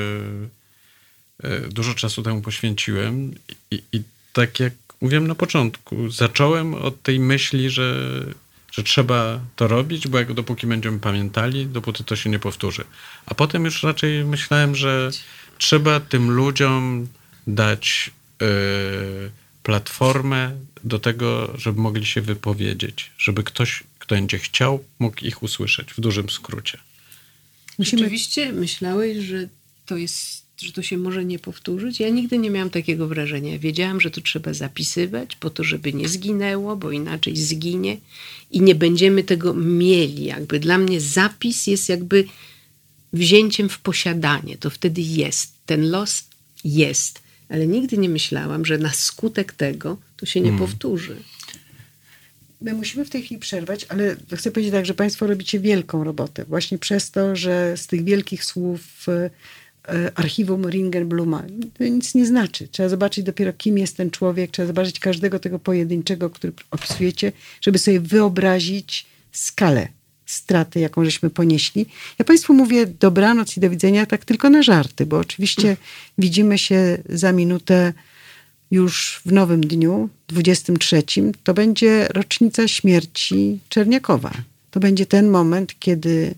dużo czasu temu poświęciłem i tak jak mówiłem na początku, zacząłem od tej myśli, że trzeba to robić, bo dopóki będziemy pamiętali, dopóty to się nie powtórzy. A potem już raczej myślałem, że trzeba tym ludziom dać platformę do tego, żeby mogli się wypowiedzieć. Żeby ktoś, kto będzie chciał, mógł ich usłyszeć w dużym skrócie. Rzeczywiście myślałeś, że to się może nie powtórzyć? Ja nigdy nie miałam takiego wrażenia. Wiedziałam, że to trzeba zapisywać po to, żeby nie zginęło, bo inaczej zginie i nie będziemy tego mieli. Jakby dla mnie zapis jest jakby wzięciem w posiadanie. To wtedy jest. Ten los jest. Ale nigdy nie myślałam, że na skutek tego to się nie powtórzy. My musimy w tej chwili przerwać, ale chcę powiedzieć tak, że państwo robicie wielką robotę. Właśnie przez to, że z tych wielkich słów archiwum Ringelbluma to nic nie znaczy. Trzeba zobaczyć dopiero, kim jest ten człowiek. Trzeba zobaczyć każdego tego pojedynczego, który opisujecie, żeby sobie wyobrazić skalę straty, jaką żeśmy ponieśli. Ja państwu mówię dobranoc i do widzenia tak tylko na żarty, bo oczywiście widzimy się za minutę już w nowym dniu, 23. To będzie rocznica śmierci Czerniakowa. To będzie ten moment, kiedy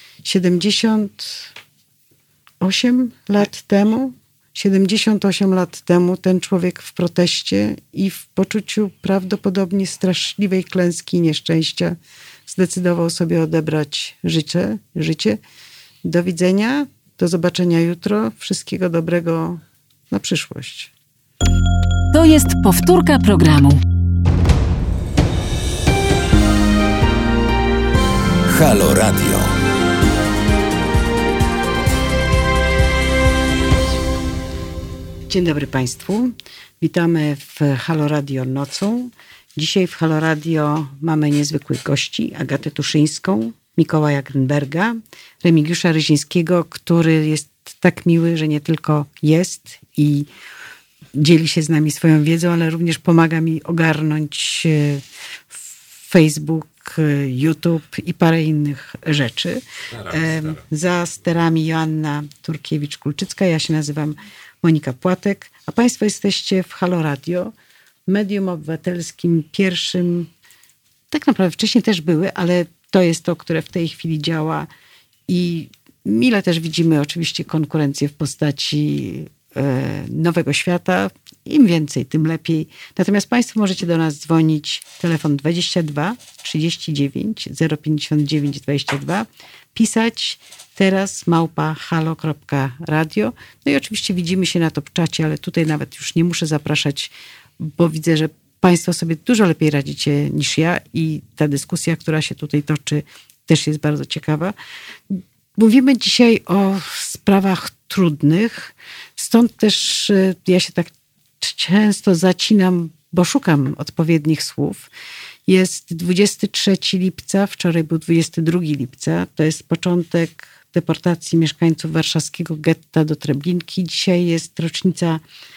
78 lat temu ten człowiek w proteście i w poczuciu prawdopodobnie straszliwej klęski i nieszczęścia zdecydował sobie odebrać życie. Do widzenia, do zobaczenia jutro. Wszystkiego dobrego na przyszłość. To jest powtórka programu. Halo Radio. Dzień dobry Państwu. Witamy w Halo Radio nocą. Dzisiaj w Halo Radio mamy niezwykłych gości. Agatę Tuszyńską, Mikołaja Grynberga, Remigiusza Ryzińskiego, który jest tak miły, że nie tylko jest i dzieli się z nami swoją wiedzą, ale również pomaga mi ogarnąć Facebook, YouTube i parę innych rzeczy. Staram. Za sterami Joanna Turkiewicz-Kulczycka. Ja się nazywam Monika Płatek, a Państwo jesteście w Halo Radio, medium obywatelskim pierwszym. Tak naprawdę wcześniej też były, ale to jest to, które w tej chwili działa i mile też widzimy oczywiście konkurencję w postaci Nowego Świata. Im więcej, tym lepiej. Natomiast Państwo możecie do nas dzwonić. Telefon 22 39 059 22. Pisać teraz @halo.radio. No i oczywiście widzimy się na Top-Czacie, ale tutaj nawet już nie muszę zapraszać, bo widzę, że Państwo sobie dużo lepiej radzicie niż ja i ta dyskusja, która się tutaj toczy, też jest bardzo ciekawa. Mówimy dzisiaj o sprawach trudnych, stąd też ja się tak często zacinam, bo szukam odpowiednich słów. Jest 23 lipca, wczoraj był 22 lipca. To jest początek deportacji mieszkańców warszawskiego getta do Treblinki. Dzisiaj jest rocznica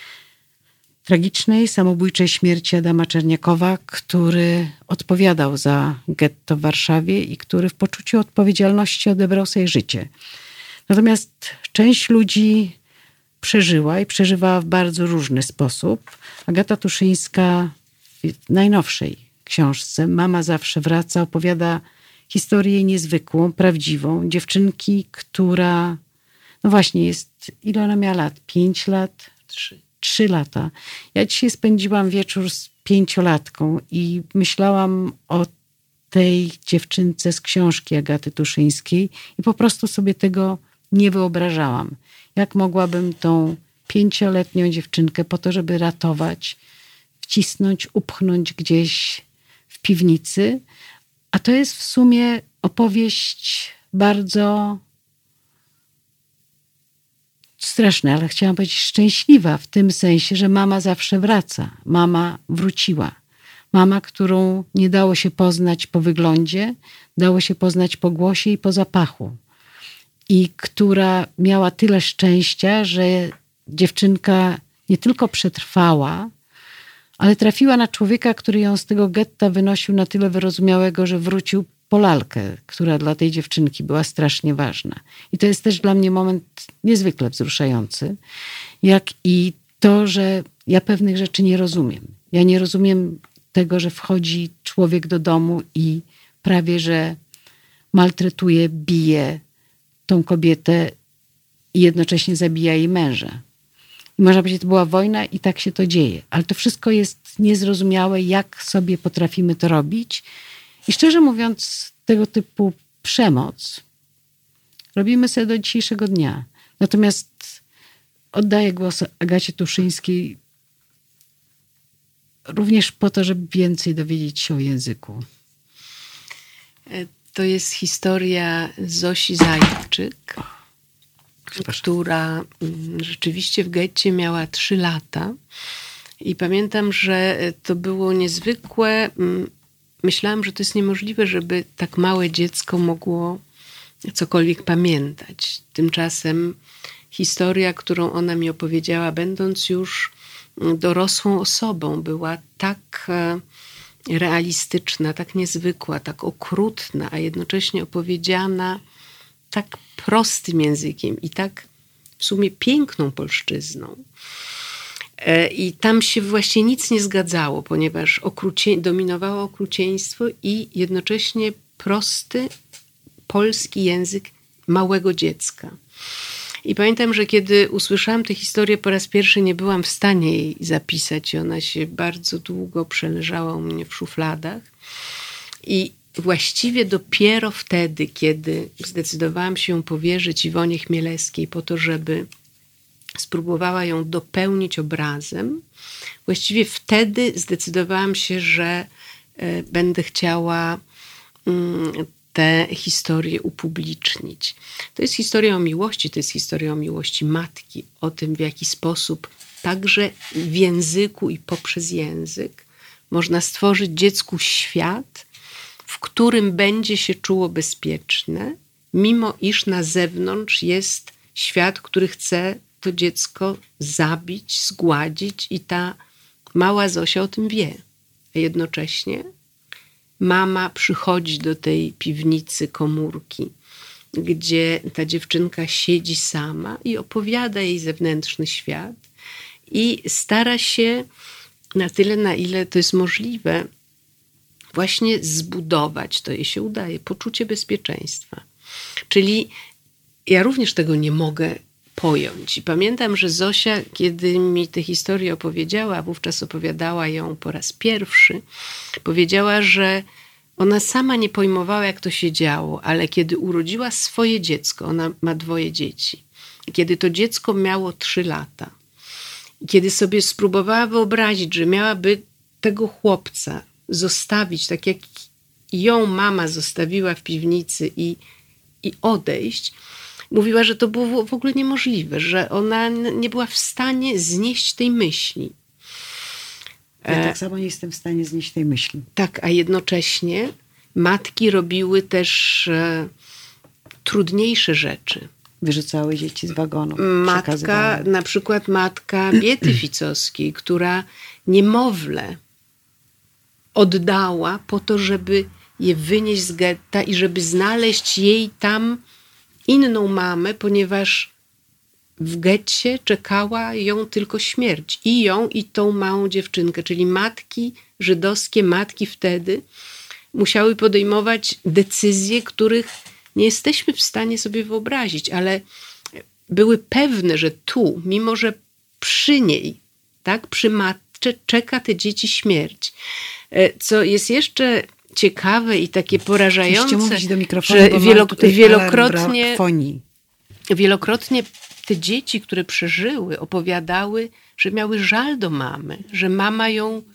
tragicznej, samobójczej śmierci Adama Czerniakowa, który odpowiadał za getto w Warszawie i który w poczuciu odpowiedzialności odebrał sobie życie. Natomiast część ludzi przeżyła i przeżywała w bardzo różny sposób. Agata Tuszyńska w najnowszej książce Mama zawsze wraca opowiada historię niezwykłą, prawdziwą. Dziewczynki, która no właśnie jest, ile ona miała lat? 5 lat? 3 lata. Ja dzisiaj spędziłam wieczór z 5-latką i myślałam o tej dziewczynce z książki Agaty Tuszyńskiej i po prostu sobie tego nie wyobrażałam. Jak mogłabym tą 5-letnią dziewczynkę po to, żeby ratować, wcisnąć, upchnąć gdzieś w piwnicy. A to jest w sumie opowieść bardzo straszna, ale chciałam powiedzieć szczęśliwa w tym sensie, że mama zawsze wraca. Mama wróciła. Mama, którą nie dało się poznać po wyglądzie, dało się poznać po głosie i po zapachu. I która miała tyle szczęścia, że dziewczynka nie tylko przetrwała, ale trafiła na człowieka, który ją z tego getta wynosił na tyle wyrozumiałego, że wrócił po lalkę, która dla tej dziewczynki była strasznie ważna. I to jest też dla mnie moment niezwykle wzruszający, jak i to, że ja pewnych rzeczy nie rozumiem. Ja nie rozumiem tego, że wchodzi człowiek do domu i prawie że maltretuje, bije tą kobietę i jednocześnie zabija jej męża. I można powiedzieć, to była wojna i tak się to dzieje. Ale to wszystko jest niezrozumiałe, jak sobie potrafimy to robić. I szczerze mówiąc, tego typu przemoc robimy sobie do dzisiejszego dnia. Natomiast oddaję głos Agacie Tuszyńskiej również po to, żeby więcej dowiedzieć się o języku. To jest historia Zosi Zajewczyk, która rzeczywiście w getcie miała 3 lata. I pamiętam, że to było niezwykłe. Myślałam, że to jest niemożliwe, żeby tak małe dziecko mogło cokolwiek pamiętać. Tymczasem historia, którą ona mi opowiedziała, będąc już dorosłą osobą, była tak realistyczna, tak niezwykła, tak okrutna, a jednocześnie opowiedziana tak prostym językiem i tak w sumie piękną polszczyzną. I tam się właśnie nic nie zgadzało, ponieważ dominowało okrucieństwo i jednocześnie prosty polski język małego dziecka. I pamiętam, że kiedy usłyszałam tę historię po raz pierwszy, nie byłam w stanie jej zapisać i ona się bardzo długo przeleżała u mnie w szufladach. I właściwie dopiero wtedy, kiedy zdecydowałam się ją powierzyć Iwonie Chmielewskiej po to, żeby spróbowała ją dopełnić obrazem, właściwie wtedy zdecydowałam się, że będę chciała tę historię upublicznić. To jest historia o miłości, to jest historia o miłości matki, o tym, w jaki sposób także w języku i poprzez język można stworzyć dziecku świat, w którym będzie się czuło bezpieczne, mimo iż na zewnątrz jest świat, który chce to dziecko zabić, zgładzić i ta mała Zosia o tym wie. A jednocześnie mama przychodzi do tej piwnicy, komórki, gdzie ta dziewczynka siedzi sama i opowiada jej zewnętrzny świat i stara się na tyle, na ile to jest możliwe, właśnie zbudować, to jej się udaje, poczucie bezpieczeństwa. Czyli ja również tego nie mogę pojąć. I pamiętam, że Zosia, kiedy mi tę historię opowiedziała, wówczas opowiadała ją po raz pierwszy, powiedziała, że ona sama nie pojmowała, jak to się działo, ale kiedy urodziła swoje dziecko, ona ma 2 dzieci, kiedy to dziecko miało 3 lata, kiedy sobie spróbowała wyobrazić, że miałaby tego chłopca zostawić, tak jak ją mama zostawiła w piwnicy i odejść, mówiła, że to było w ogóle niemożliwe, że ona nie była w stanie znieść tej myśli. Ja tak samo nie jestem w stanie znieść tej myśli. Tak, a jednocześnie matki robiły też trudniejsze rzeczy. Wyrzucały dzieci z wagonu. Na przykład matka Biety Ficowskiej, która niemowlę oddała po to, żeby je wynieść z getta i żeby znaleźć jej tam inną mamę, ponieważ w getcie czekała ją tylko śmierć. I ją, i tą małą dziewczynkę. Czyli matki, żydowskie matki wtedy musiały podejmować decyzje, których nie jesteśmy w stanie sobie wyobrazić, ale były pewne, że tu, mimo że przy niej, tak, przy matce czeka te dzieci śmierć. Co jest jeszcze ciekawe i takie porażające, mówić do mikrofonu, że wielokrotnie te dzieci, które przeżyły, opowiadały, że miały żal do mamy, że mama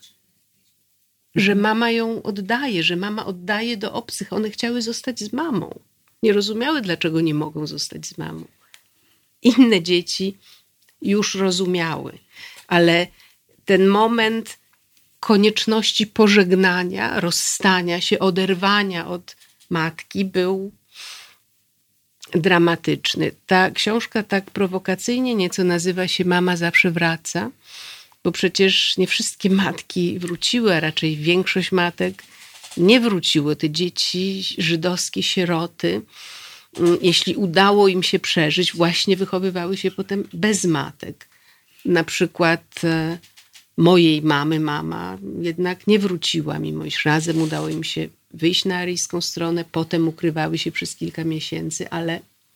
ją oddaje, że mama oddaje do obcych. One chciały zostać z mamą. Nie rozumiały, dlaczego nie mogą zostać z mamą. Inne dzieci już rozumiały, ale ten moment konieczności pożegnania, rozstania się, oderwania od matki był dramatyczny. Ta książka tak prowokacyjnie nieco nazywa się Mama zawsze wraca, bo przecież nie wszystkie matki wróciły, a raczej większość matek nie wróciło. Te dzieci żydowskie, sieroty, jeśli udało im się przeżyć, właśnie wychowywały się potem bez matek. Na przykład mojej mama jednak nie wróciła, mimo iż razem udało im się wyjść na aryjską stronę, potem ukrywały się przez kilka miesięcy, ale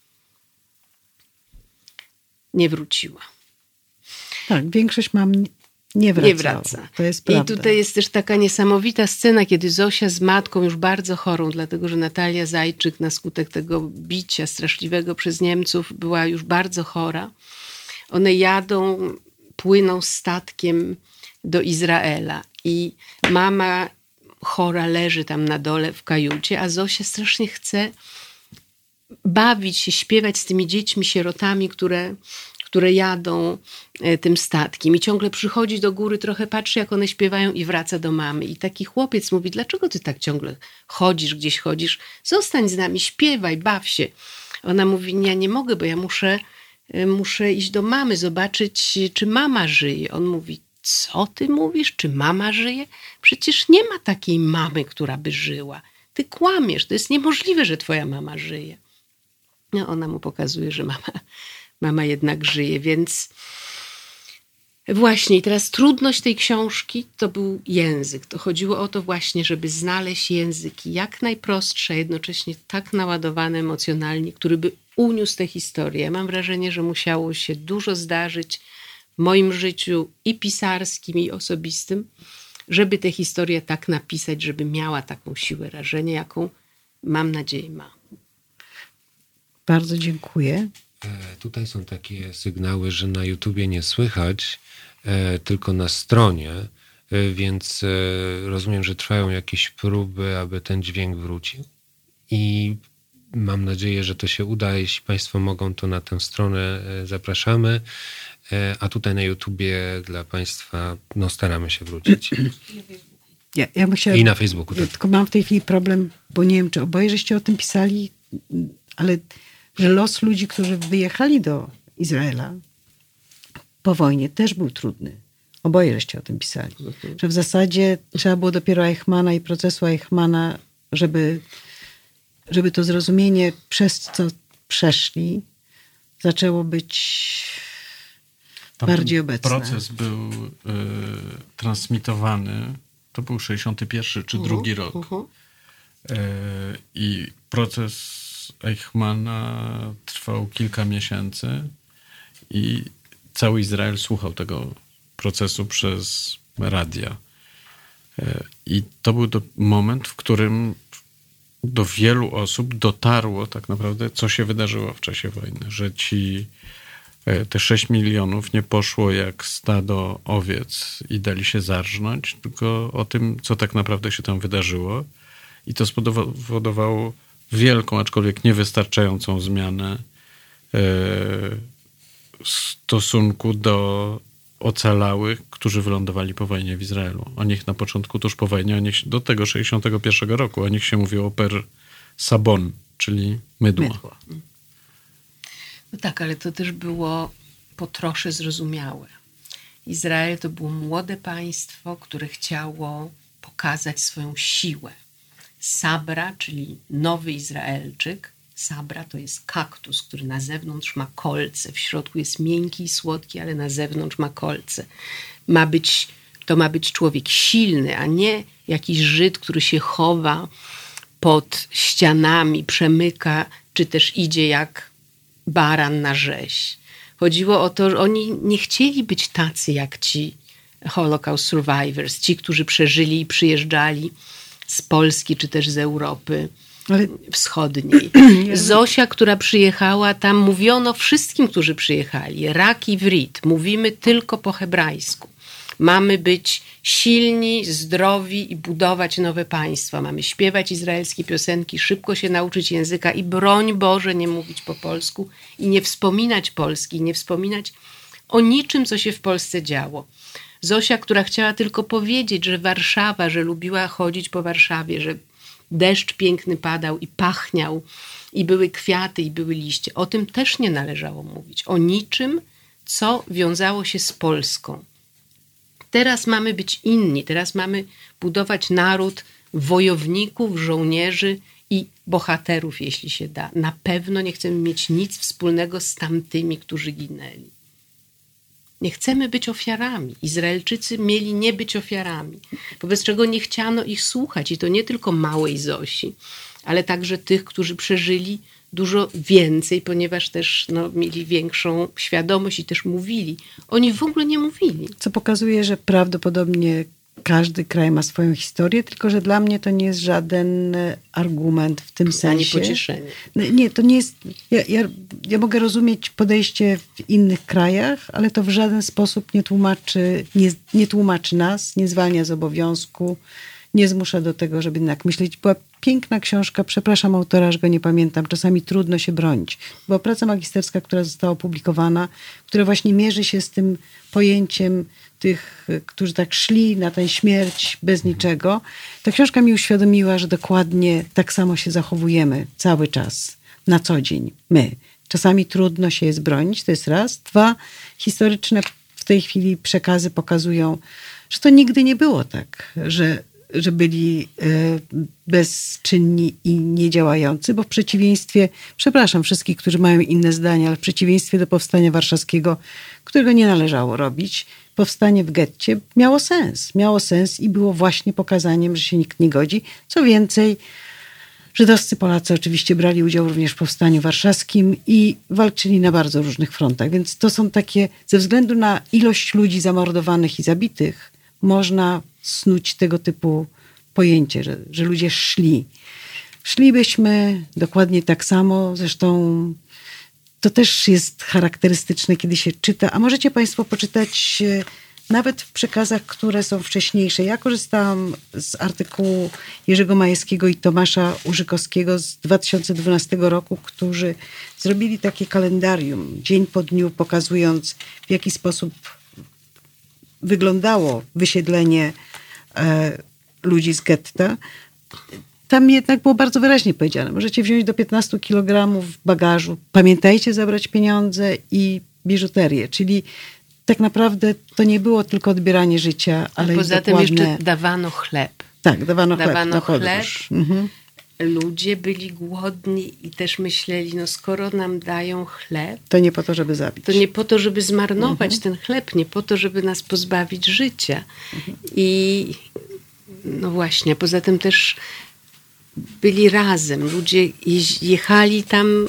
nie wróciła. Tak, większość mam nie wraca. To jest prawda. I tutaj jest też taka niesamowita scena, kiedy Zosia z matką już bardzo chorą, dlatego że Natalia Zajczyk na skutek tego bicia straszliwego przez Niemców była już bardzo chora. One jadą, płyną statkiem do Izraela i mama chora leży tam na dole w kajucie, a Zosia strasznie chce bawić się, śpiewać z tymi dziećmi, sierotami, które jadą tym statkiem i ciągle przychodzi do góry, trochę patrzy, jak one śpiewają i wraca do mamy. I taki chłopiec mówi, dlaczego ty tak ciągle gdzieś chodzisz? Zostań z nami, śpiewaj, baw się. Ona mówi, ja nie mogę, bo ja muszę iść do mamy, zobaczyć, czy mama żyje. On mówi, co ty mówisz? Czy mama żyje? Przecież nie ma takiej mamy, która by żyła. Ty kłamiesz, to jest niemożliwe, że twoja mama żyje. No, ona mu pokazuje, że mama jednak żyje, więc właśnie. I teraz trudność tej książki to był język. To chodziło o to właśnie, żeby znaleźć języki jak najprostsze, a jednocześnie tak naładowane emocjonalnie, który by uniósł tę historię. Ja mam wrażenie, że musiało się dużo zdarzyć w moim życiu i pisarskim, i osobistym, żeby tę historię tak napisać, żeby miała taką siłę rażenia, jaką mam nadzieję ma. Bardzo dziękuję. Tutaj są takie sygnały, że na YouTubie nie słychać, tylko na stronie, więc rozumiem, że trwają jakieś próby, aby ten dźwięk wrócił. I mam nadzieję, że to się uda. Jeśli Państwo mogą, to na tę stronę zapraszamy. A tutaj na YouTubie dla Państwa staramy się wrócić. Ja bym chciała, I na Facebooku. Tak. Tylko mam w tej chwili problem, bo nie wiem, czy oboje żeście o tym pisali, ale że los ludzi, którzy wyjechali do Izraela po wojnie też był trudny. Oboje żeście o tym pisali. Że w zasadzie trzeba było dopiero Eichmana i procesu Eichmana, żeby to zrozumienie, przez co przeszli, zaczęło być bardziej obecne. Proces był transmitowany, to był 61 czy drugi rok. I proces Eichmana trwał kilka miesięcy i cały Izrael słuchał tego procesu przez radia. I to był moment, w którym do wielu osób dotarło tak naprawdę, co się wydarzyło w czasie wojny. Że te 6 milionów nie poszło jak stado owiec i dali się zarżnąć, tylko o tym, co tak naprawdę się tam wydarzyło. I to spowodowało wielką, aczkolwiek niewystarczającą zmianę w stosunku do ocalałych, którzy wylądowali po wojnie w Izraelu. O nich na początku, tuż po wojnie, do tego 61 roku, o nich się mówiło per sabon, czyli mydło. No tak, ale to też było po trosze zrozumiałe. Izrael to było młode państwo, które chciało pokazać swoją siłę. Sabra, czyli nowy Izraelczyk. Sabra to jest kaktus, który na zewnątrz ma kolce. W środku jest miękki i słodki, ale na zewnątrz ma kolce. To ma być człowiek silny, a nie jakiś Żyd, który się chowa pod ścianami, przemyka, czy też idzie jak baran na rzeź. Chodziło o to, że oni nie chcieli być tacy jak ci Holocaust survivors, ci, którzy przeżyli i przyjeżdżali z Polski, czy też z Europy Wschodniej. Zosia, która przyjechała, tam mówiono wszystkim, którzy przyjechali, rak i writ, mówimy tylko po hebrajsku. Mamy być silni, zdrowi i budować nowe państwa. Mamy śpiewać izraelskie piosenki, szybko się nauczyć języka i broń Boże nie mówić po polsku i nie wspominać Polski, nie wspominać o niczym, co się w Polsce działo. Zosia, która chciała tylko powiedzieć, że Warszawa, że lubiła chodzić po Warszawie, że deszcz piękny padał i pachniał i były kwiaty i były liście. O tym też nie należało mówić. O niczym, co wiązało się z Polską. Teraz mamy być inni. Teraz mamy budować naród wojowników, żołnierzy i bohaterów, jeśli się da. Na pewno nie chcemy mieć nic wspólnego z tamtymi, którzy ginęli. Nie chcemy być ofiarami. Izraelczycy mieli nie być ofiarami, wobec czego nie chciano ich słuchać. I to nie tylko małej Zosi, ale także tych, którzy przeżyli dużo więcej, ponieważ też mieli większą świadomość i też mówili. Oni w ogóle nie mówili. Co pokazuje, że prawdopodobnie każdy kraj ma swoją historię, tylko że dla mnie to nie jest żaden argument w tym sensie. Ani pocieszenie. Nie, to nie jest... Ja mogę rozumieć podejście w innych krajach, ale to w żaden sposób nie tłumaczy nas, nie zwalnia z obowiązku, nie zmusza do tego, żeby jednak myśleć. Była piękna książka, przepraszam autora, że go nie pamiętam, czasami trudno się bronić. Była praca magisterska, która została opublikowana, która właśnie mierzy się z tym pojęciem tych, którzy tak szli na tę śmierć bez niczego. Ta książka mi uświadomiła, że dokładnie tak samo się zachowujemy cały czas, na co dzień, my. Czasami trudno się jest bronić, to jest raz. Dwa, historyczne w tej chwili przekazy pokazują, że to nigdy nie było tak, że byli bezczynni i niedziałający, bo w przeciwieństwie, przepraszam wszystkich, którzy mają inne zdania, ale w przeciwieństwie do Powstania Warszawskiego, którego nie należało robić, powstanie w getcie miało sens. Miało sens i było właśnie pokazaniem, że się nikt nie godzi. Co więcej, żydowscy Polacy oczywiście brali udział również w Powstaniu Warszawskim i walczyli na bardzo różnych frontach. Więc to są takie, ze względu na ilość ludzi zamordowanych i zabitych, można snuć tego typu pojęcie, że ludzie szli. Szlibyśmy dokładnie tak samo, zresztą to też jest charakterystyczne, kiedy się czyta, a możecie Państwo poczytać nawet w przekazach, które są wcześniejsze. Ja korzystałam z artykułu Jerzego Majewskiego i Tomasza Urzykowskiego z 2012 roku, którzy zrobili takie kalendarium, dzień po dniu, pokazując, w jaki sposób wyglądało wysiedlenie ludzi z getta. Tam jednak było bardzo wyraźnie powiedziane, możecie wziąć do 15 kg bagażu, pamiętajcie zabrać pieniądze i biżuterię, czyli tak naprawdę to nie było tylko odbieranie życia, ale i poza dokładne... tym jeszcze dawano chleb. Tak, dawano chleb na podróż. Ludzie byli głodni i też myśleli, no skoro nam dają chleb, To nie po to, żeby zabić. to nie po to, żeby zmarnować ten chleb, nie po to, żeby nas pozbawić życia. I no właśnie, poza tym też byli razem. Ludzie jechali tam,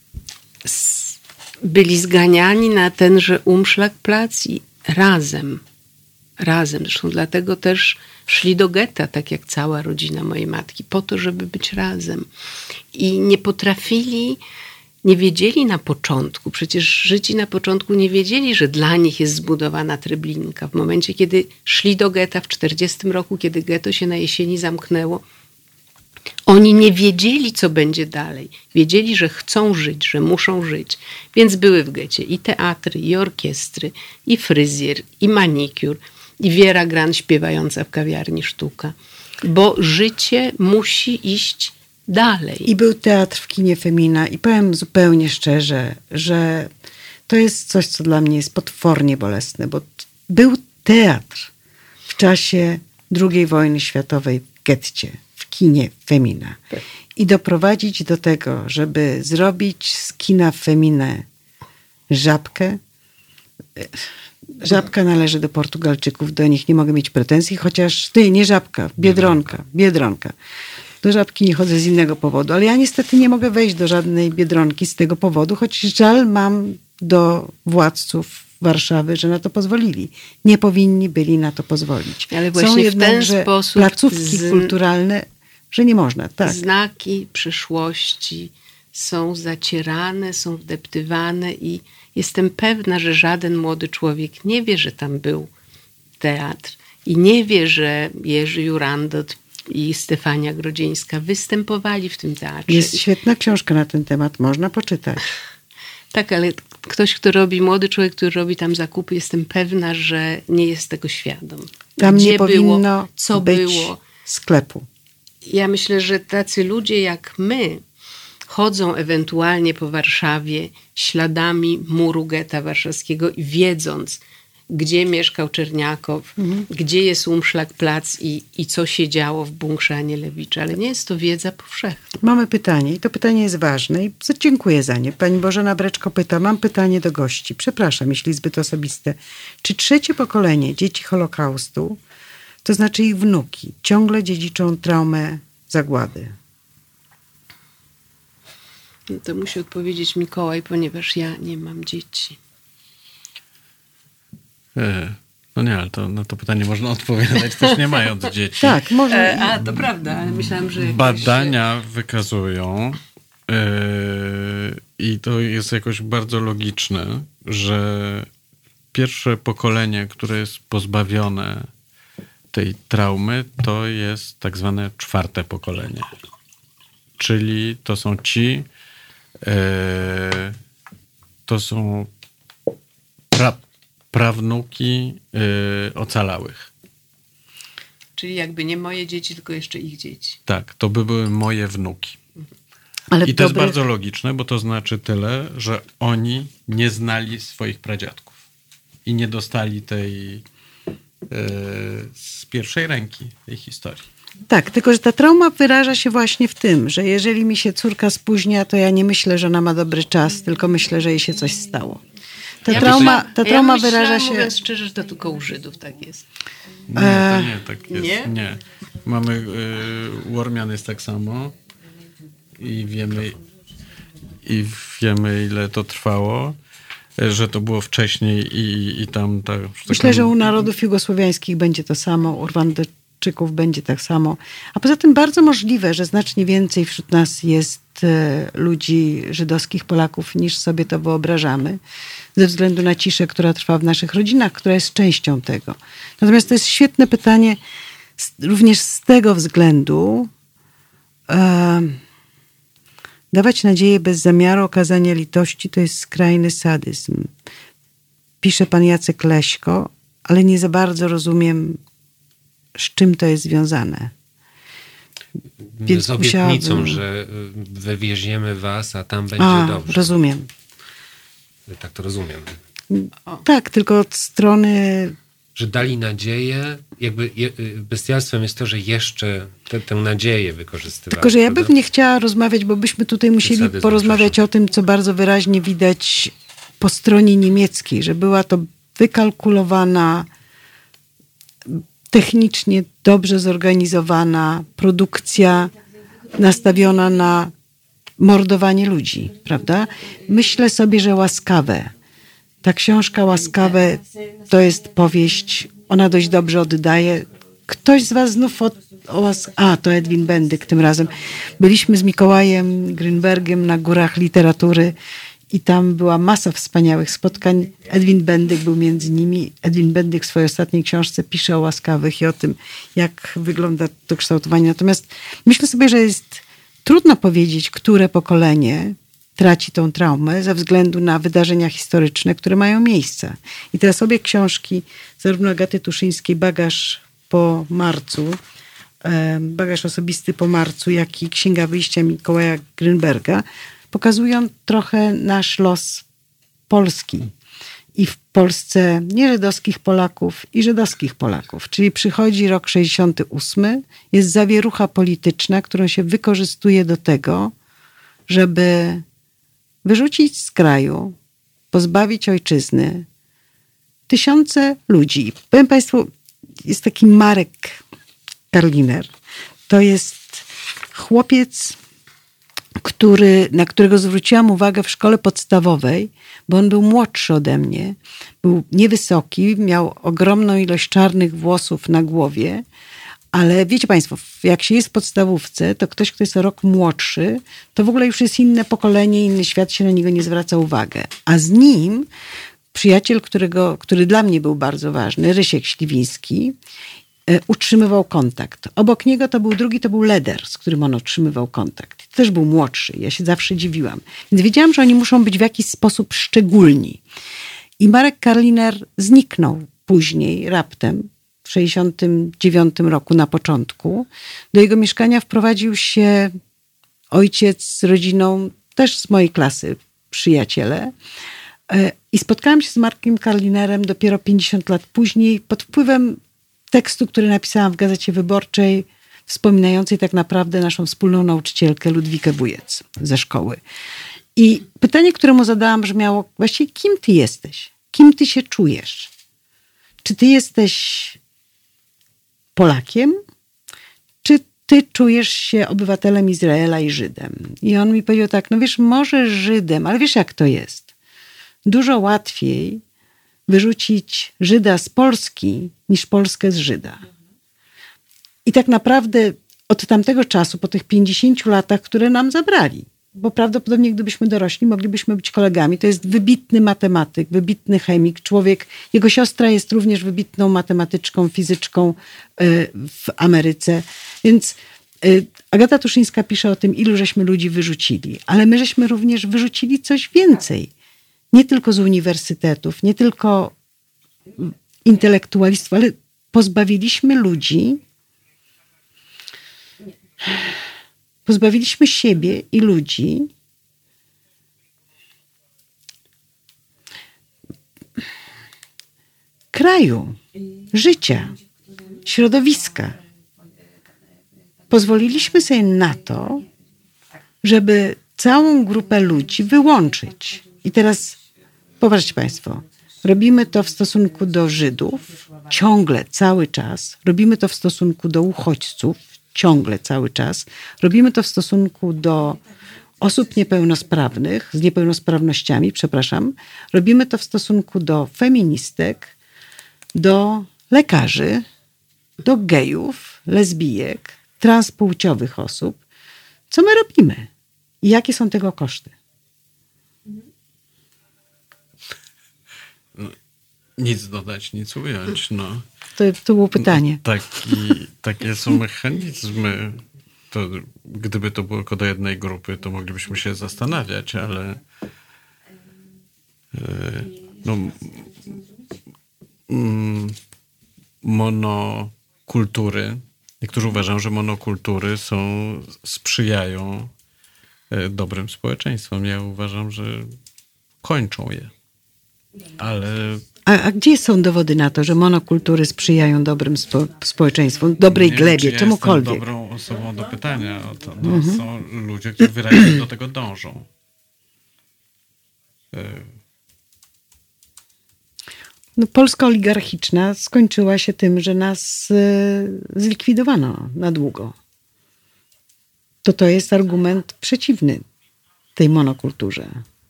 byli zganiani na tenże Umschlagplatz i razem. Zresztą dlatego też szli do getta, tak jak cała rodzina mojej matki, po to, żeby być razem. I nie potrafili, nie wiedzieli na początku, przecież Żydzi na początku nie wiedzieli, że dla nich jest zbudowana Treblinka. W momencie, kiedy szli do getta w 1940 roku, kiedy getto się na jesieni zamknęło, oni nie wiedzieli, co będzie dalej. Wiedzieli, że chcą żyć, że muszą żyć. Więc były w getcie i teatry, i orkiestry, i fryzjer, i manikur, i Wiera Gran śpiewająca w kawiarni Sztuka. Bo życie musi iść dalej. I był teatr w kinie Femina i powiem zupełnie szczerze, że to jest coś, co dla mnie jest potwornie bolesne, bo był teatr w czasie II wojny światowej w getcie, w kinie Femina. I doprowadzić do tego, żeby zrobić z kina Feminę Żabkę. Żabka należy do Portugalczyków, do nich nie mogę mieć pretensji, chociaż nie Żabka, Biedronka. Do Żabki nie chodzę z innego powodu, ale ja niestety nie mogę wejść do żadnej Biedronki z tego powodu, choć żal mam do władców Warszawy, że na to pozwolili. Nie powinni byli na to pozwolić. Ale właśnie są w ten sposób placówki kulturalne, że nie można. Tak. Znaki przyszłości są zacierane, są wdeptywane i jestem pewna, że żaden młody człowiek nie wie, że tam był teatr i nie wie, że Jerzy Jurandot i Stefania Grodzieńska występowali w tym teatrze. Jest świetna książka na ten temat, można poczytać. Tak, ale ktoś, młody człowiek, który robi tam zakupy, jestem pewna, że nie jest tego świadom. Tam Gdzie nie powinno co być było. sklepu. Ja myślę, że tacy ludzie jak my chodzą ewentualnie po Warszawie śladami muru getta warszawskiego i wiedząc, gdzie mieszkał Czerniakow, gdzie jest Umschlagplatz i co się działo w bunkrze Anielewicza. Ale nie jest to wiedza powszechna. Mamy pytanie i to pytanie jest ważne i dziękuję za nie. Pani Bożena Breczko pyta, mam pytanie do gości. Przepraszam, jeśli zbyt osobiste. Czy trzecie pokolenie dzieci Holokaustu, to znaczy ich wnuki, ciągle dziedziczą traumę zagłady? No to musi odpowiedzieć Mikołaj, ponieważ ja nie mam dzieci. No nie, ale to na to pytanie można odpowiadać też nie mając dzieci. Tak, może. To prawda, ale myślałam, że... Badania wykazują i to jest jakoś bardzo logiczne, że pierwsze pokolenie, które jest pozbawione tej traumy, to jest tak zwane czwarte pokolenie. Czyli to są to są prawnuki ocalałych. Czyli jakby nie moje dzieci, tylko jeszcze ich dzieci. Tak, to by były moje wnuki. Ale I to jest bardzo logiczne, bo to znaczy tyle, że oni nie znali swoich pradziadków i nie dostali tej z pierwszej ręki tej historii. Tak, tylko że ta trauma wyraża się właśnie w tym, że jeżeli mi się córka spóźnia, to ja nie myślę, że ona ma dobry czas, tylko myślę, że jej się coś stało. Ta trauma wyraża się... Mówiąc szczerze, że to tylko u Żydów tak jest. Nie, to nie tak jest. Nie? Nie. Mamy, u Ormian jest tak samo i wiemy ile to trwało, że to było wcześniej i tam... Myślę, że u narodów jugosłowiańskich będzie to samo. Urwan Kanadyjczyków będzie tak samo. A poza tym bardzo możliwe, że znacznie więcej wśród nas jest ludzi żydowskich, Polaków, niż sobie to wyobrażamy, ze względu na ciszę, która trwa w naszych rodzinach, która jest częścią tego. Natomiast to jest świetne pytanie również z tego względu, dawać nadzieję bez zamiaru okazania litości to jest skrajny sadyzm. Pisze pan Jacek Leśko, ale nie za bardzo rozumiem, z czym to jest związane. Więc z obietnicą, że wywieziemy was, a tam będzie dobrze. Rozumiem. Tak to rozumiem. Tak, tylko od strony... Że dali nadzieję, jakby bestialstwem jest to, że jeszcze tę nadzieję wykorzystywali. Tylko, że ja bym nie chciała rozmawiać, bo byśmy tutaj musieli porozmawiać o tym, co bardzo wyraźnie widać po stronie niemieckiej, że była to wykalkulowana, technicznie dobrze zorganizowana produkcja nastawiona na mordowanie ludzi, prawda? Myślę sobie, że Łaskawe. Ta książka Łaskawe to jest powieść, ona dość dobrze oddaje. Ktoś z was znów to Edwin Bendyk tym razem. Byliśmy z Mikołajem Grünbergiem na Górach Literatury i tam była masa wspaniałych spotkań. Edwin Bendyk był między nimi. Edwin Bendyk w swojej ostatniej książce pisze o Łaskawych i o tym, jak wygląda to kształtowanie. Natomiast myślę sobie, że jest trudno powiedzieć, które pokolenie traci tą traumę ze względu na wydarzenia historyczne, które mają miejsce. I teraz obie książki, zarówno Agaty Tuszyńskiej, Bagaż po marcu, Bagaż osobisty po marcu, jak i Księga wyjścia Mikołaja Grünberga, pokazują trochę nasz los Polski. I w Polsce nie żydowskich Polaków i żydowskich Polaków. Czyli przychodzi rok 68, jest zawierucha polityczna, którą się wykorzystuje do tego, żeby wyrzucić z kraju, pozbawić ojczyzny tysiące ludzi. Powiem państwu, jest taki Marek Karliner. To jest chłopiec, na którego zwróciłam uwagę w szkole podstawowej, bo on był młodszy ode mnie. Był niewysoki, miał ogromną ilość czarnych włosów na głowie, ale wiecie państwo, jak się jest w podstawówce, to ktoś, kto jest o rok młodszy, to w ogóle już jest inne pokolenie, inny świat, się na niego nie zwraca uwagę. A z nim przyjaciel, który dla mnie był bardzo ważny, Rysiek Śliwiński, utrzymywał kontakt. Obok niego to był drugi, to był Leder, z którym on utrzymywał kontakt. Też był młodszy. Ja się zawsze dziwiłam. Więc wiedziałam, że oni muszą być w jakiś sposób szczególni. I Marek Karliner zniknął później, raptem, w 1969 roku na początku. Do jego mieszkania wprowadził się ojciec z rodziną, też z mojej klasy, przyjaciele. I spotkałam się z Markiem Karlinerem dopiero 50 lat później pod wpływem tekstu, który napisałam w Gazecie Wyborczej, wspominającej tak naprawdę naszą wspólną nauczycielkę Ludwikę Bujec ze szkoły. I pytanie, które mu zadałam, brzmiało właściwie, kim ty jesteś? Kim ty się czujesz? Czy ty jesteś Polakiem? Czy ty czujesz się obywatelem Izraela i Żydem? I on mi powiedział tak, no wiesz, może Żydem, ale wiesz jak to jest? Dużo łatwiej wyrzucić Żyda z Polski, niż Polskę z Żyda. I tak naprawdę od tamtego czasu, po tych 50 latach, które nam zabrali, bo prawdopodobnie gdybyśmy dorośli, moglibyśmy być kolegami. To jest wybitny matematyk, wybitny chemik, człowiek. Jego siostra jest również wybitną matematyczką, fizyczką w Ameryce. Więc Agata Tuszyńska pisze o tym, ilu żeśmy ludzi wyrzucili. Ale my żeśmy również wyrzucili coś więcej. Nie tylko z uniwersytetów, nie tylko intelektualistów, ale pozbawiliśmy ludzi, pozbawiliśmy siebie i ludzi kraju, życia, środowiska. Pozwoliliśmy sobie na to, żeby całą grupę ludzi wyłączyć. I teraz popatrzcie państwo, robimy to w stosunku do Żydów, ciągle, cały czas. Robimy to w stosunku do uchodźców, ciągle, cały czas. Robimy to w stosunku do osób niepełnosprawnych, z niepełnosprawnościami, przepraszam. Robimy to w stosunku do feministek, do lekarzy, do gejów, lesbijek, transpłciowych osób. Co my robimy? I jakie są tego koszty? Nic dodać, nic ująć. No. To było pytanie. Takie są mechanizmy. To, gdyby to było tylko do jednej grupy, to moglibyśmy się zastanawiać, ale monokultury. Niektórzy uważają, że monokultury sprzyjają dobrym społeczeństwom. Ja uważam, że kończą je. Ale... A gdzie są dowody na to, że monokultury sprzyjają dobrym społeczeństwom, dobrej glebie, wiem, czemukolwiek? Ja jestem dobrą osobą do pytania o to. Są ludzie, którzy wyraźnie do tego dążą. Polska oligarchiczna skończyła się tym, że nas zlikwidowano na długo. To jest argument przeciwny tej monokulturze.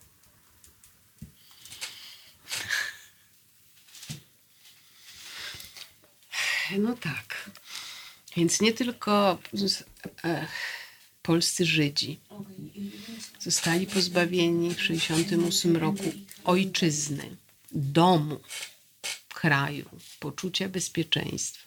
No tak. Więc nie tylko polscy Żydzi zostali pozbawieni w 1968 roku ojczyzny, domu, kraju, poczucia bezpieczeństwa,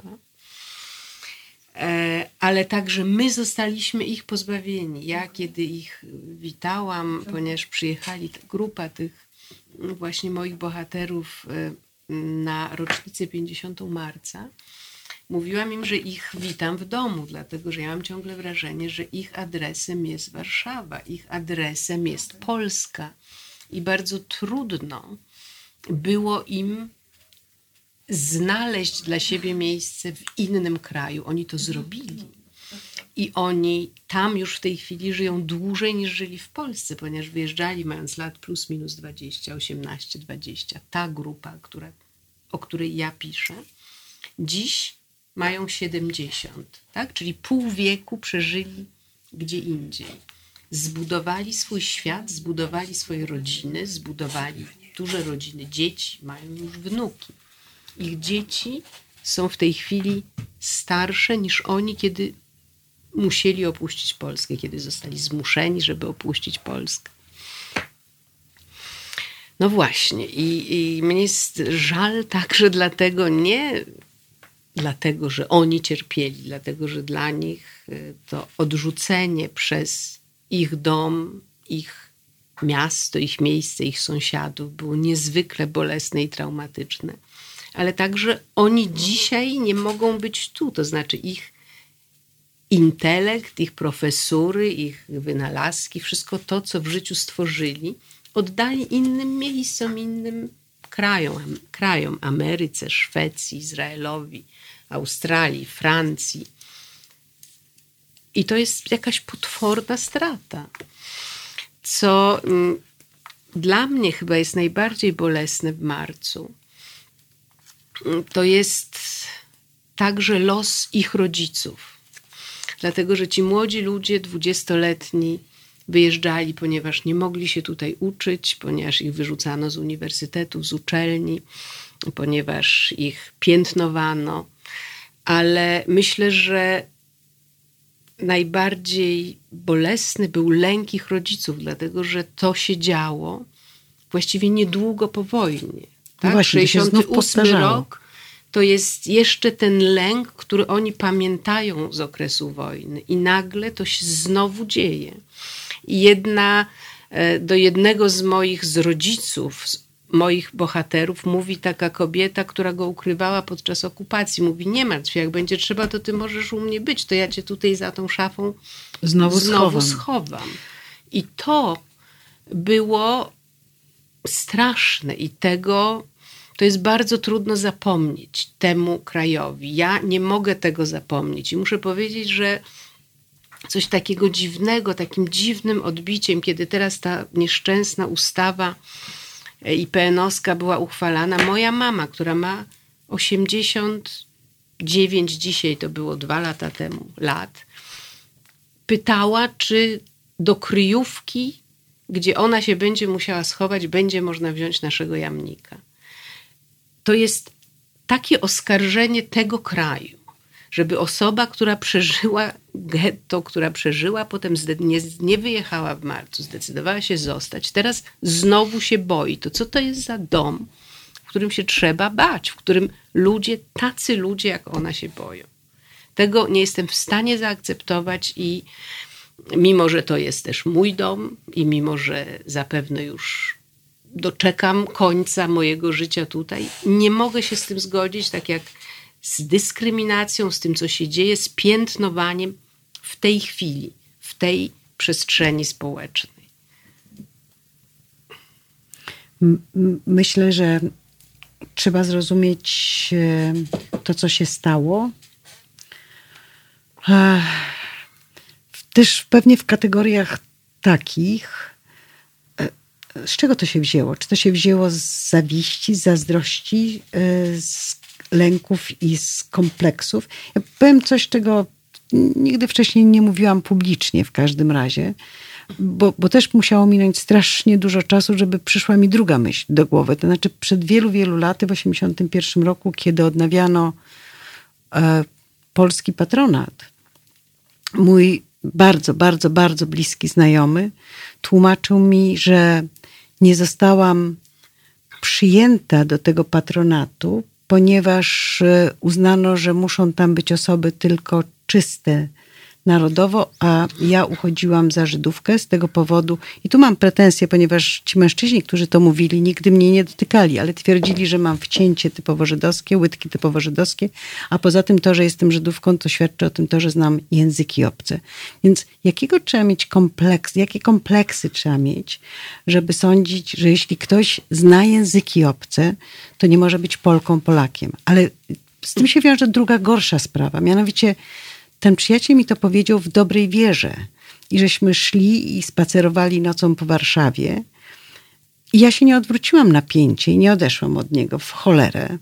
ale także my zostaliśmy ich pozbawieni. Ja kiedy ich witałam, ponieważ przyjechali grupa tych właśnie moich bohaterów na rocznicę 50. marca, mówiłam im, że ich witam w domu, dlatego że ja mam ciągle wrażenie, że ich adresem jest Warszawa, ich adresem jest Polska i bardzo trudno było im znaleźć dla siebie miejsce w innym kraju. Oni to zrobili. I oni tam już w tej chwili żyją dłużej niż żyli w Polsce, ponieważ wyjeżdżali mając lat plus minus 20, 18, 20. Ta grupa, o której ja piszę, dziś mają 70, tak? Czyli pół wieku przeżyli gdzie indziej. Zbudowali swój świat, zbudowali swoje rodziny, zbudowali duże rodziny, dzieci, mają już wnuki. Ich dzieci są w tej chwili starsze niż oni, kiedy musieli opuścić Polskę, kiedy zostali zmuszeni, żeby opuścić Polskę. No właśnie. I mnie jest żal także dlatego, nie dlatego, że oni cierpieli, dlatego, że dla nich to odrzucenie przez ich dom, ich miasto, ich miejsce, ich sąsiadów było niezwykle bolesne i traumatyczne. Ale także oni dzisiaj nie mogą być tu, to znaczy ich intelekt, ich profesury, ich wynalazki, wszystko to, co w życiu stworzyli, oddali innym miejscom, innym krajom, Ameryce, Szwecji, Izraelowi, Australii, Francji. I to jest jakaś potworna strata. Co dla mnie chyba jest najbardziej bolesne w marcu, to jest także los ich rodziców. Dlatego, że ci młodzi ludzie, 20-letni, wyjeżdżali, ponieważ nie mogli się tutaj uczyć, ponieważ ich wyrzucano z uniwersytetów, z uczelni, ponieważ ich piętnowano. Ale myślę, że najbardziej bolesny był lęk ich rodziców, dlatego, że to się działo właściwie niedługo po wojnie. Tak? Właśnie, 68 rok to jest jeszcze ten lęk, który oni pamiętają z okresu wojny i nagle to się znowu dzieje. I do jednego z rodziców, moich bohaterów, mówi taka kobieta, która go ukrywała podczas okupacji. Mówi, nie martw się, jak będzie trzeba, to ty możesz u mnie być, to ja cię tutaj za tą szafą znowu schowam. I to było straszne i to jest bardzo trudno zapomnieć temu krajowi. Ja nie mogę tego zapomnieć i muszę powiedzieć, że coś takiego dziwnego, takim dziwnym odbiciem, kiedy teraz ta nieszczęsna ustawa IPN-owska była uchwalana, moja mama, która ma 89 dzisiaj, to było 2 lata temu, pytała, czy do kryjówki, gdzie ona się będzie musiała schować, będzie można wziąć naszego jamnika. To jest takie oskarżenie tego kraju, żeby osoba, która przeżyła getto, która przeżyła, potem nie wyjechała w marcu, zdecydowała się zostać, teraz znowu się boi. To co to jest za dom, w którym się trzeba bać, w którym tacy ludzie jak ona się boją? Tego nie jestem w stanie zaakceptować i mimo, że to jest też mój dom i mimo, że zapewne już doczekam końca mojego życia tutaj, nie mogę się z tym zgodzić, tak jak z dyskryminacją, z tym, co się dzieje, z piętnowaniem w tej chwili, w tej przestrzeni społecznej. Myślę, że trzeba zrozumieć to, co się stało. Też pewnie w kategoriach takich, z czego to się wzięło? Czy to się wzięło z zawiści, z zazdrości, z lęków i z kompleksów? Ja powiem coś, czego nigdy wcześniej nie mówiłam publicznie w każdym razie, bo też musiało minąć strasznie dużo czasu, żeby przyszła mi druga myśl do głowy. To znaczy przed wielu, wielu laty, w 1981 roku, kiedy odnawiano polski patronat, mój bardzo, bardzo, bardzo bliski znajomy tłumaczył mi, że nie zostałam przyjęta do tego patronatu, ponieważ uznano, że muszą tam być osoby tylko czyste narodowo, a ja uchodziłam za Żydówkę z tego powodu. I tu mam pretensje, ponieważ ci mężczyźni, którzy to mówili, nigdy mnie nie dotykali, ale twierdzili, że mam wcięcie typowo żydowskie, łydki typowo żydowskie, a poza tym to, że jestem Żydówką, to świadczy o tym to, że znam języki obce. Więc jakie kompleksy trzeba mieć, żeby sądzić, że jeśli ktoś zna języki obce, to nie może być Polką, Polakiem. Ale z tym się wiąże druga, gorsza sprawa. Mianowicie ten przyjaciel mi to powiedział w dobrej wierze. I żeśmy szli i spacerowali nocą po Warszawie. I ja się nie odwróciłam na pięcie i nie odeszłam od niego w cholerę.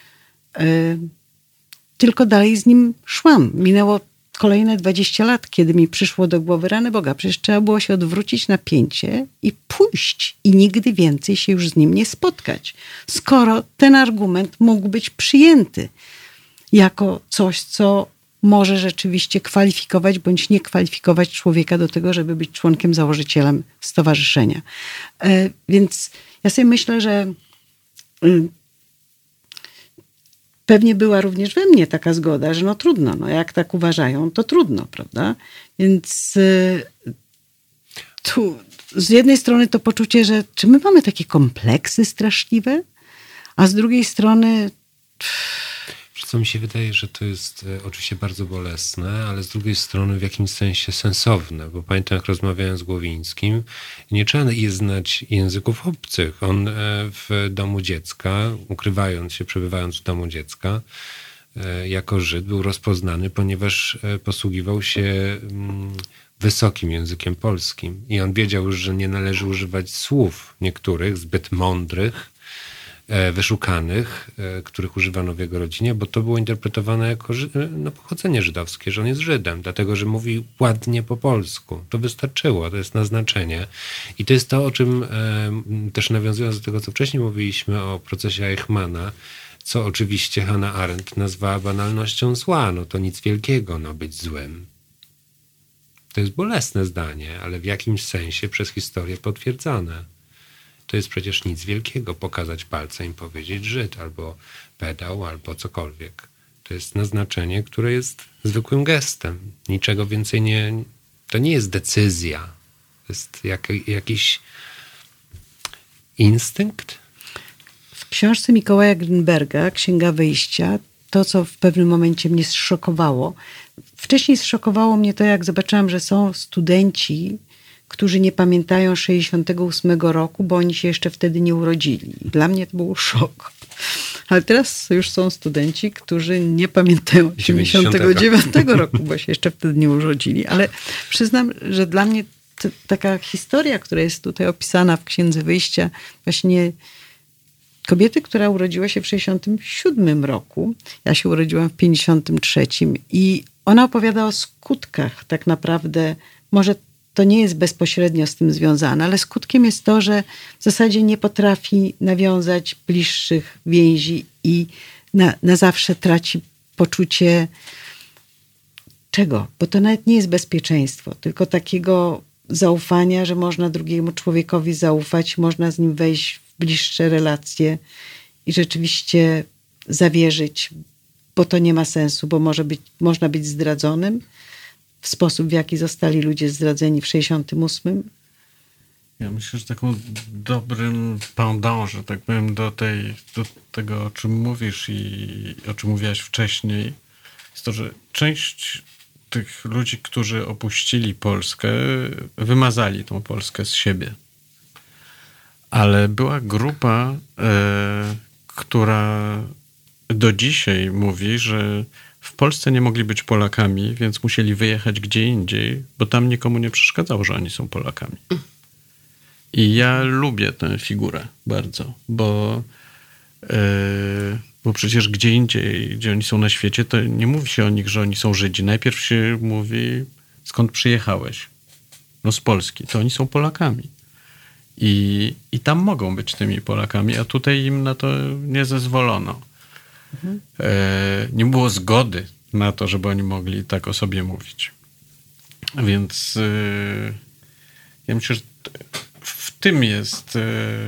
Tylko dalej z nim szłam. Minęło kolejne 20 lat, kiedy mi przyszło do głowy, rany Boga, przecież trzeba było się odwrócić na pięcie i pójść. I nigdy więcej się już z nim nie spotkać. Skoro ten argument mógł być przyjęty jako coś, co może rzeczywiście kwalifikować bądź nie kwalifikować człowieka do tego, żeby być członkiem, założycielem stowarzyszenia. Więc ja sobie myślę, że pewnie była również we mnie taka zgoda, że no trudno, no jak tak uważają, to trudno, prawda? Więc tu z jednej strony to poczucie, że czy my mamy takie kompleksy straszliwe, a z drugiej strony Co mi się wydaje, że to jest oczywiście bardzo bolesne, ale z drugiej strony w jakimś sensie sensowne, bo pamiętam, jak rozmawiałem z Głowińskim, nie trzeba jest znać języków obcych. On w domu dziecka, ukrywając się, przebywając w domu dziecka, jako Żyd był rozpoznany, ponieważ posługiwał się wysokim językiem polskim. I on wiedział, że nie należy używać słów niektórych, zbyt mądrych, wyszukanych, których używano w jego rodzinie, bo to było interpretowane jako pochodzenie żydowskie, że on jest Żydem, dlatego, że mówi ładnie po polsku. To wystarczyło, to jest naznaczenie. I to jest to, o czym też nawiązując do tego, co wcześniej mówiliśmy o procesie Eichmanna, co oczywiście Hannah Arendt nazwała banalnością zła. No to nic wielkiego, no być złym. To jest bolesne zdanie, ale w jakimś sensie przez historię potwierdzone. To jest przecież nic wielkiego pokazać palcem i powiedzieć Żyd, albo pedał, albo cokolwiek. To jest naznaczenie, które jest zwykłym gestem. Niczego więcej nie... To nie jest decyzja. To jest jakiś instynkt. W książce Mikołaja Grünberga, Księga Wyjścia, to, co w pewnym momencie mnie zszokowało. Wcześniej zszokowało mnie to, jak zobaczyłam, że są studenci, którzy nie pamiętają 68 roku, bo oni się jeszcze wtedy nie urodzili. Dla mnie to był szok. Ale teraz już są studenci, którzy nie pamiętają 89 roku, bo się jeszcze wtedy nie urodzili. Ale przyznam, że dla mnie taka historia, która jest tutaj opisana w Księdze Wyjścia, właśnie kobiety, która urodziła się w 67 roku. Ja się urodziłam w 53 i ona opowiada o skutkach tak naprawdę. Może to nie jest bezpośrednio z tym związane, ale skutkiem jest to, że w zasadzie nie potrafi nawiązać bliższych więzi i na zawsze traci poczucie Dlaczego? Bo to nawet nie jest bezpieczeństwo, tylko takiego zaufania, że można drugiemu człowiekowi zaufać, można z nim wejść w bliższe relacje i rzeczywiście zawierzyć, bo to nie ma sensu, bo można być zdradzonym w sposób, w jaki zostali ludzie zdradzeni w 68. Ja myślę, że taką dobrym pendant, że tak powiem, do tego, o czym mówisz i o czym mówiłaś wcześniej, jest to, że część tych ludzi, którzy opuścili Polskę, wymazali tą Polskę z siebie. Ale była grupa, która do dzisiaj mówi, że w Polsce nie mogli być Polakami, więc musieli wyjechać gdzie indziej, bo tam nikomu nie przeszkadzało, że oni są Polakami. I ja lubię tę figurę bardzo, bo przecież gdzie indziej, gdzie oni są na świecie, to nie mówi się o nich, że oni są Żydzi. Najpierw się mówi, skąd przyjechałeś? No z Polski. To oni są Polakami. I tam mogą być tymi Polakami, a tutaj im na to nie zezwolono. Nie było zgody na to, żeby oni mogli tak o sobie mówić. Więc ja myślę, że w tym jest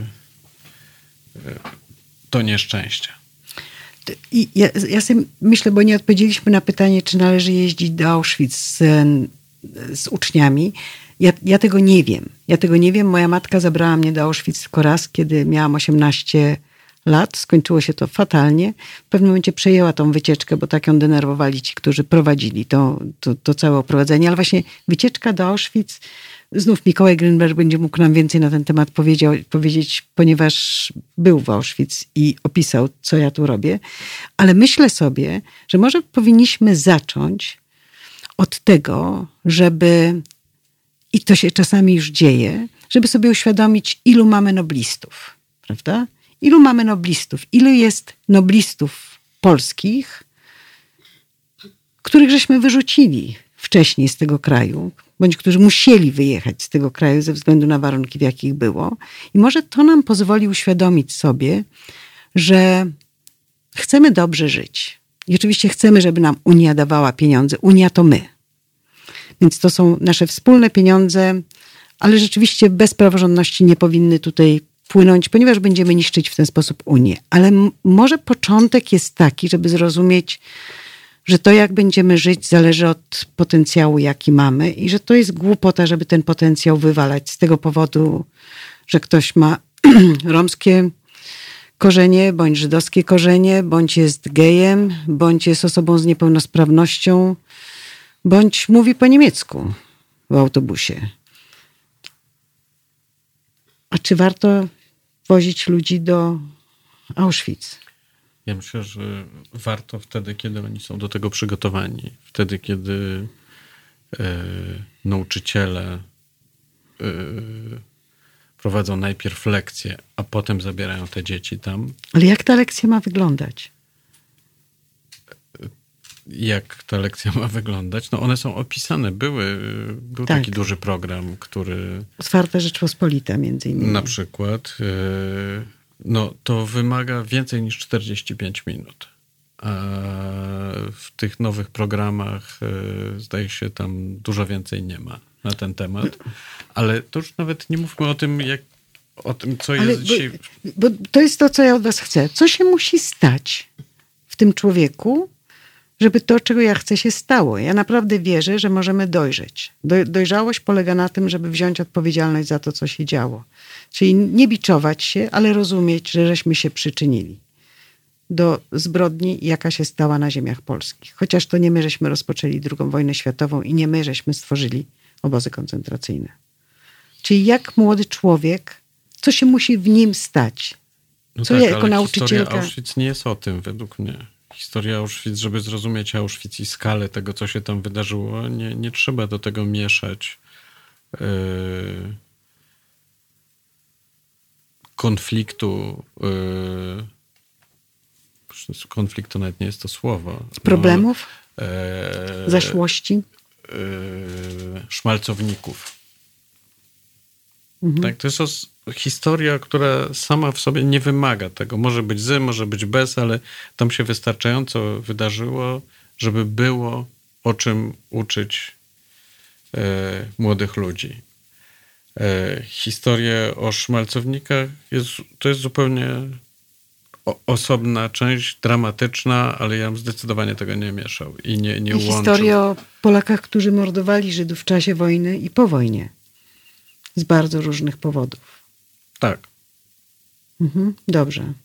to nieszczęście. I ja sobie myślę, bo nie odpowiedzieliśmy na pytanie, czy należy jeździć do Auschwitz z uczniami. Ja tego nie wiem. Moja matka zabrała mnie do Auschwitz tylko raz, kiedy miałam 18 lat. Skończyło się to fatalnie. W pewnym momencie przejęła tą wycieczkę, bo tak ją denerwowali ci, którzy prowadzili to całe oprowadzenie. Ale właśnie wycieczka do Auschwitz, znów Mikołaj Grynberg będzie mógł nam więcej na ten temat powiedzieć, ponieważ był w Auschwitz i opisał, co ja tu robię. Ale myślę sobie, że może powinniśmy zacząć od tego, żeby, i to się czasami już dzieje, żeby sobie uświadomić, ilu mamy noblistów, prawda? Ilu mamy noblistów? Ilu jest noblistów polskich, których żeśmy wyrzucili wcześniej z tego kraju, bądź którzy musieli wyjechać z tego kraju ze względu na warunki, w jakich było. I może to nam pozwoli uświadomić sobie, że chcemy dobrze żyć. I oczywiście chcemy, żeby nam Unia dawała pieniądze. Unia to my. Więc to są nasze wspólne pieniądze, ale rzeczywiście bez praworządności nie powinny tutaj płynąć, ponieważ będziemy niszczyć w ten sposób Unię. Ale może początek jest taki, żeby zrozumieć, że to, jak będziemy żyć, zależy od potencjału, jaki mamy i że to jest głupota, żeby ten potencjał wywalać z tego powodu, że ktoś ma romskie korzenie, bądź żydowskie korzenie, bądź jest gejem, bądź jest osobą z niepełnosprawnością, bądź mówi po niemiecku w autobusie. A czy warto wozić ludzi do Auschwitz? Ja myślę, że warto wtedy, kiedy oni są do tego przygotowani. Wtedy, kiedy nauczyciele prowadzą najpierw lekcje, a potem zabierają te dzieci tam. Ale jak ta lekcja ma wyglądać? Jak ta lekcja ma wyglądać? No one są opisane. Był taki duży program, który... Otwarta Rzeczpospolita między innymi. Na przykład. No to wymaga więcej niż 45 minut. A w tych nowych programach zdaje się tam dużo więcej nie ma na ten temat. Ale to już nawet nie mówmy o tym, co jest dzisiaj... Bo to jest to, co ja od was chcę. Co się musi stać w tym człowieku, żeby to, czego ja chcę, się stało? Ja naprawdę wierzę, że możemy dojrzeć. Dojrzałość polega na tym, żeby wziąć odpowiedzialność za to, co się działo. Czyli nie biczować się, ale rozumieć, że żeśmy się przyczynili do zbrodni, jaka się stała na ziemiach polskich. Chociaż to nie my żeśmy rozpoczęli II wojnę światową i nie my żeśmy stworzyli obozy koncentracyjne. Czyli jak młody człowiek, co się musi w nim stać? No co tak, ja jako nauczycielka... Historia Auschwitz nie jest o tym, według mnie. Historia Auschwitz, żeby zrozumieć Auschwitz i skalę tego, co się tam wydarzyło, nie trzeba do tego mieszać konfliktu. Konflikt to nawet nie jest to słowo. Problemów? Zaszłości? Szmalcowników. Tak, to jest historia, która sama w sobie nie wymaga tego. Może być z, może być bez, ale tam się wystarczająco wydarzyło, żeby było o czym uczyć młodych ludzi. Historia o szmalcownikach to jest zupełnie osobna część, dramatyczna, ale ja bym zdecydowanie tego nie mieszał i nie łączył. Historia o Polakach, którzy mordowali Żydów w czasie wojny i po wojnie. Z bardzo różnych powodów. Tak. Dobrze.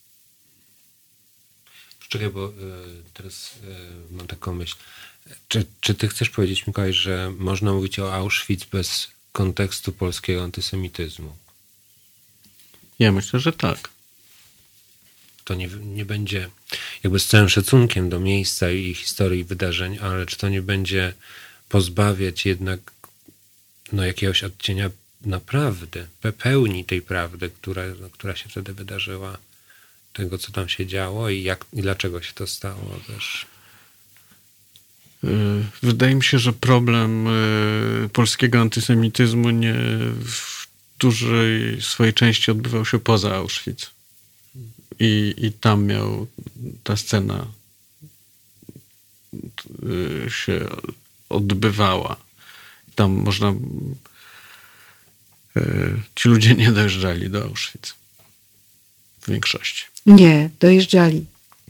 Czekaj, bo teraz mam taką myśl. Czy ty chcesz powiedzieć, Mikołaj, że można mówić o Auschwitz bez kontekstu polskiego antysemityzmu? Ja myślę, że tak. To nie będzie, jakby z całym szacunkiem do miejsca i historii wydarzeń, ale czy to nie będzie pozbawiać jednak jakiegoś odcienia naprawdę, pełni tej prawdy, która się wtedy wydarzyła, tego, co tam się działo i dlaczego się to stało też? Wydaje mi się, że problem polskiego antysemityzmu nie w dużej swojej części odbywał się poza Auschwitz. I tam ta scena się odbywała. Tam można... Ci ludzie nie dojeżdżali do Auschwitz. W większości. Nie, dojeżdżali.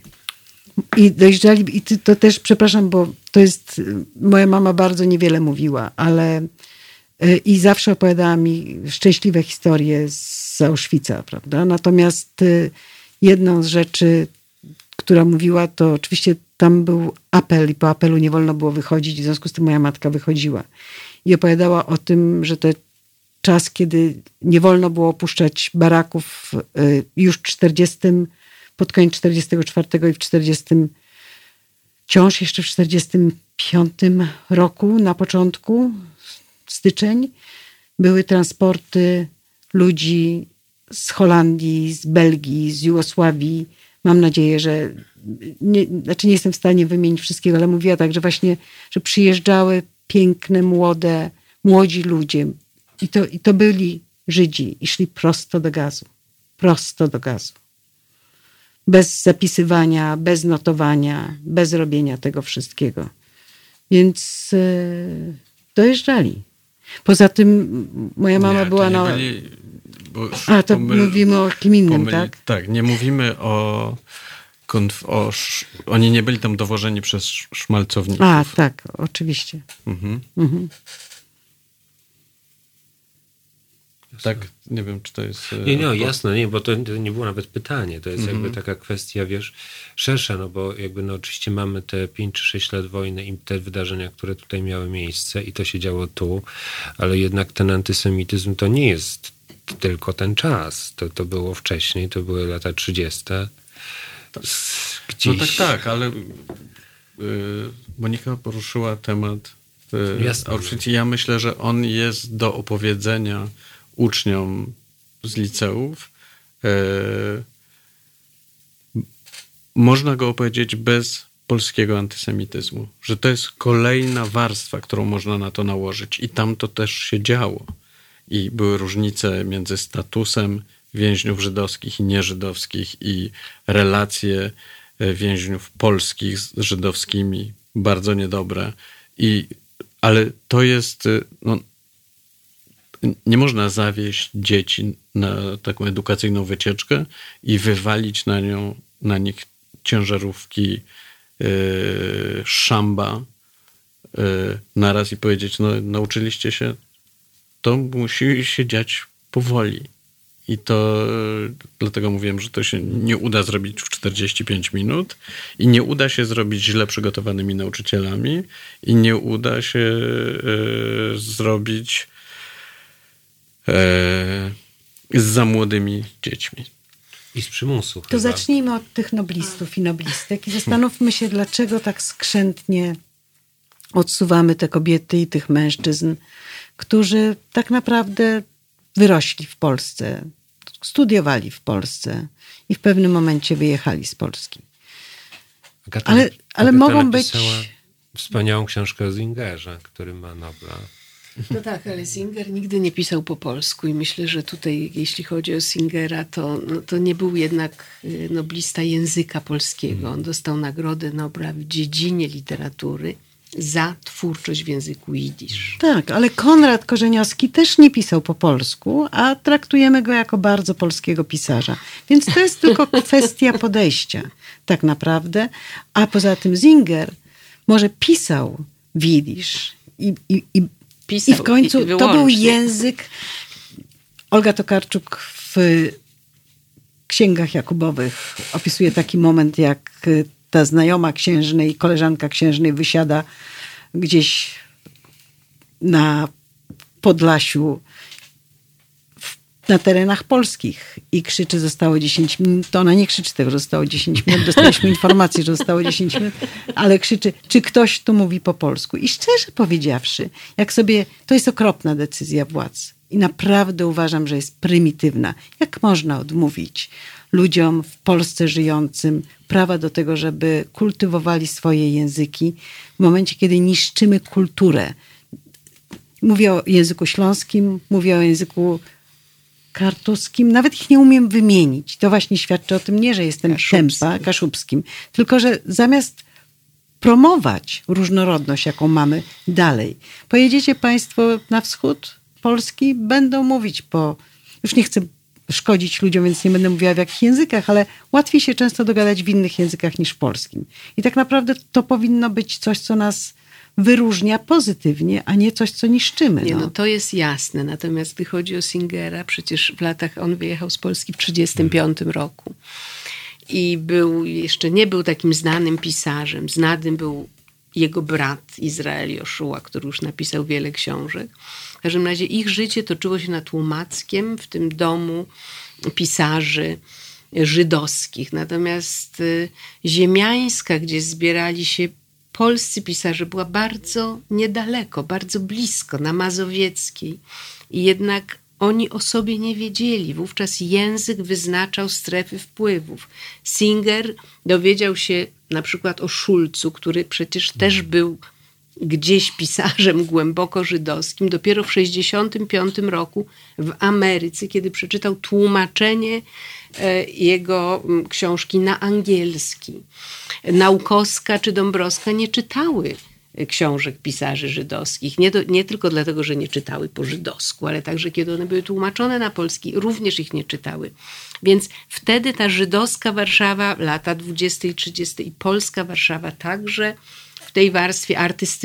I to też, przepraszam, bo to jest... Moja mama bardzo niewiele mówiła, ale... I zawsze opowiadała mi szczęśliwe historie z Auschwitza, prawda? Natomiast jedną z rzeczy, która mówiła, to oczywiście tam był apel i po apelu nie wolno było wychodzić. W związku z tym moja matka wychodziła. I opowiadała o tym, że to czas, kiedy nie wolno było opuszczać baraków już pod koniec 44 i w 40, wciąż jeszcze w 45 roku, na początku, styczeń, były transporty ludzi z Holandii, z Belgii, z Jugosławii. Mam nadzieję, że nie jestem w stanie wymienić wszystkiego, ale mówiła tak, że właśnie, że przyjeżdżały piękne, młodzi ludzie. I to byli Żydzi i szli prosto do gazu. Prosto do gazu. Bez zapisywania, bez notowania, bez robienia tego wszystkiego. Więc dojeżdżali. Poza tym moja mama była na... mówimy o kim innym, tak? Tak, nie mówimy oni nie byli tam dowożeni przez szmalcowników. Tak, oczywiście. Mhm. Tak, nie wiem, czy to jest... Jasne, bo to nie było nawet pytanie. To jest jakby taka kwestia, szersza, bo oczywiście mamy te 5 czy 6 lat wojny i te wydarzenia, które tutaj miały miejsce i to się działo tu, ale jednak ten antysemityzm to nie jest tylko ten czas. To było wcześniej, to były lata 30. Gdzieś... No tak, ale Monika poruszyła temat Auschwitz. Ja myślę, że on jest do opowiedzenia uczniom z liceów. Można go opowiedzieć bez polskiego antysemityzmu. Że to jest kolejna warstwa, którą można na to nałożyć. I tam to też się działo. I były różnice między statusem więźniów żydowskich i nieżydowskich i relacje więźniów polskich z żydowskimi bardzo niedobre. Ale to jest... nie można zawieść dzieci na taką edukacyjną wycieczkę i wywalić na nich ciężarówki szamba naraz i powiedzieć, nauczyliście się, to musi się dziać powoli. I to dlatego mówiłem, że to się nie uda zrobić w 45 minut i nie uda się zrobić źle przygotowanymi nauczycielami i nie uda się zrobić z za młodymi dziećmi. I z przymusu. To zacznijmy od tych noblistów i noblistek i zastanówmy się, dlaczego tak skrzętnie odsuwamy te kobiety i tych mężczyzn, którzy tak naprawdę wyrośli w Polsce, studiowali w Polsce i w pewnym momencie wyjechali z Polski. Ale mogą być... wspaniałą książkę o Zingerze, który ma Nobla. No tak, ale Singer nigdy nie pisał po polsku i myślę, że tutaj, jeśli chodzi o Singera, to nie był jednak noblista języka polskiego. On dostał Nagrodę Nobla w dziedzinie literatury za twórczość w języku jidysz. Tak, ale Konrad Korzeniowski też nie pisał po polsku, a traktujemy go jako bardzo polskiego pisarza. Więc to jest tylko kwestia podejścia tak naprawdę. A poza tym Singer może pisał w jidysz i w końcu to był język. Olga Tokarczuk w Księgach Jakubowych opisuje taki moment, jak ta znajoma księżnej, koleżanka księżnej wysiada gdzieś na Podlasiu, na terenach polskich i krzyczy, zostało 10 minut. To ona nie krzyczy tego, że zostało 10 minut. Dostaliśmy informację, że zostało 10 minut, ale krzyczy, czy ktoś tu mówi po polsku. I szczerze powiedziawszy, to jest okropna decyzja władz. I naprawdę uważam, że jest prymitywna. Jak można odmówić ludziom w Polsce żyjącym prawa do tego, żeby kultywowali swoje języki w momencie, kiedy niszczymy kulturę. Mówię o języku śląskim, mówię o języku kartuskim, nawet ich nie umiem wymienić. To właśnie świadczy o tym nie, że jestem tępa, kaszubskim, tylko że zamiast promować różnorodność, jaką mamy dalej, pojedziecie państwo na wschód Polski, będą mówić już nie chcę szkodzić ludziom, więc nie będę mówiła w jakich językach, ale łatwiej się często dogadać w innych językach niż w polskim. I tak naprawdę to powinno być coś, co nas wyróżnia pozytywnie, a nie coś, co niszczymy. Nie, no to jest jasne. Natomiast gdy chodzi o Singera, przecież w latach on wyjechał z Polski w 1935 roku. I jeszcze nie był takim znanym pisarzem. Znanym był jego brat Izrael Joszua, który już napisał wiele książek. W każdym razie ich życie toczyło się nad Łomackiem, w tym domu pisarzy żydowskich. Natomiast Ziemiańska, gdzie zbierali się polscy pisarze, była bardzo niedaleko, bardzo blisko, na Mazowieckiej. I jednak oni o sobie nie wiedzieli. Wówczas język wyznaczał strefy wpływów. Singer dowiedział się na przykład o Szulcu, który przecież też był gdzieś pisarzem głęboko żydowskim, dopiero w 1965 roku w Ameryce, kiedy przeczytał tłumaczenie jego książki na angielski. Naukowska czy Dąbrowska nie czytały książek pisarzy żydowskich. Nie tylko dlatego, że nie czytały po żydowsku, ale także kiedy one były tłumaczone na polski, również ich nie czytały. Więc wtedy ta żydowska Warszawa, lata 20. i 30. i polska Warszawa także w tej warstwie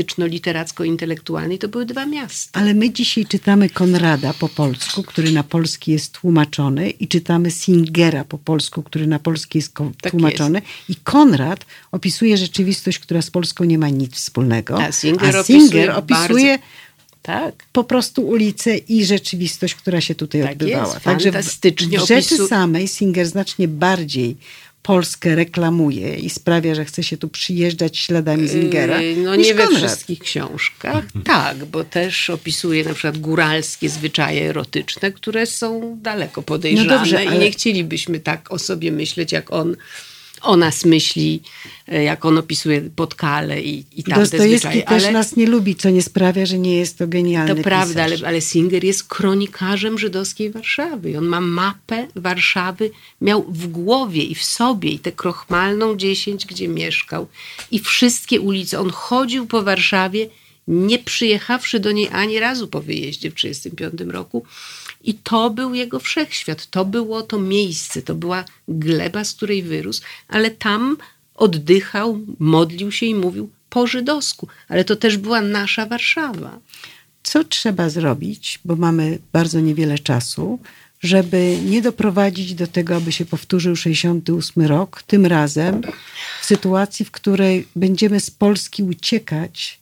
artystyczno-literacko-intelektualnej to były dwa miasta. Ale my dzisiaj czytamy Konrada po polsku, który na polski jest tłumaczony, i czytamy Singera po polsku, który na polski jest tłumaczony. Jest. I Konrad opisuje rzeczywistość, która z Polską nie ma nic wspólnego. A Singer opisuje tak, po prostu ulicę i rzeczywistość, która się tutaj odbywała. Jest, także w rzeczy samej Singer znacznie bardziej Polskę reklamuje i sprawia, że chce się tu przyjeżdżać śladami Singera. No nie we wszystkich książkach. Tak, bo też opisuje na przykład góralskie zwyczaje erotyczne, które są daleko podejrzane. No dobrze, i nie chcielibyśmy tak o sobie myśleć, jak on o nas myśli, jak on opisuje Podkale i tamte zwyczaje. Dostojewski też nas nie lubi, co nie sprawia, że nie jest to genialny To prawda, pisarz. ale Singer jest kronikarzem żydowskiej Warszawy. On ma mapę Warszawy, miał w głowie i w sobie i tę Krochmalną 10, gdzie mieszkał, i wszystkie ulice. On chodził po Warszawie, nie przyjechawszy do niej ani razu po wyjeździe w 1935 roku. I to był jego wszechświat, to było to miejsce, to była gleba, z której wyrósł, ale tam oddychał, modlił się i mówił po żydowsku. Ale to też była nasza Warszawa. Co trzeba zrobić, bo mamy bardzo niewiele czasu, żeby nie doprowadzić do tego, aby się powtórzył 68 rok, tym razem w sytuacji, w której będziemy z Polski uciekać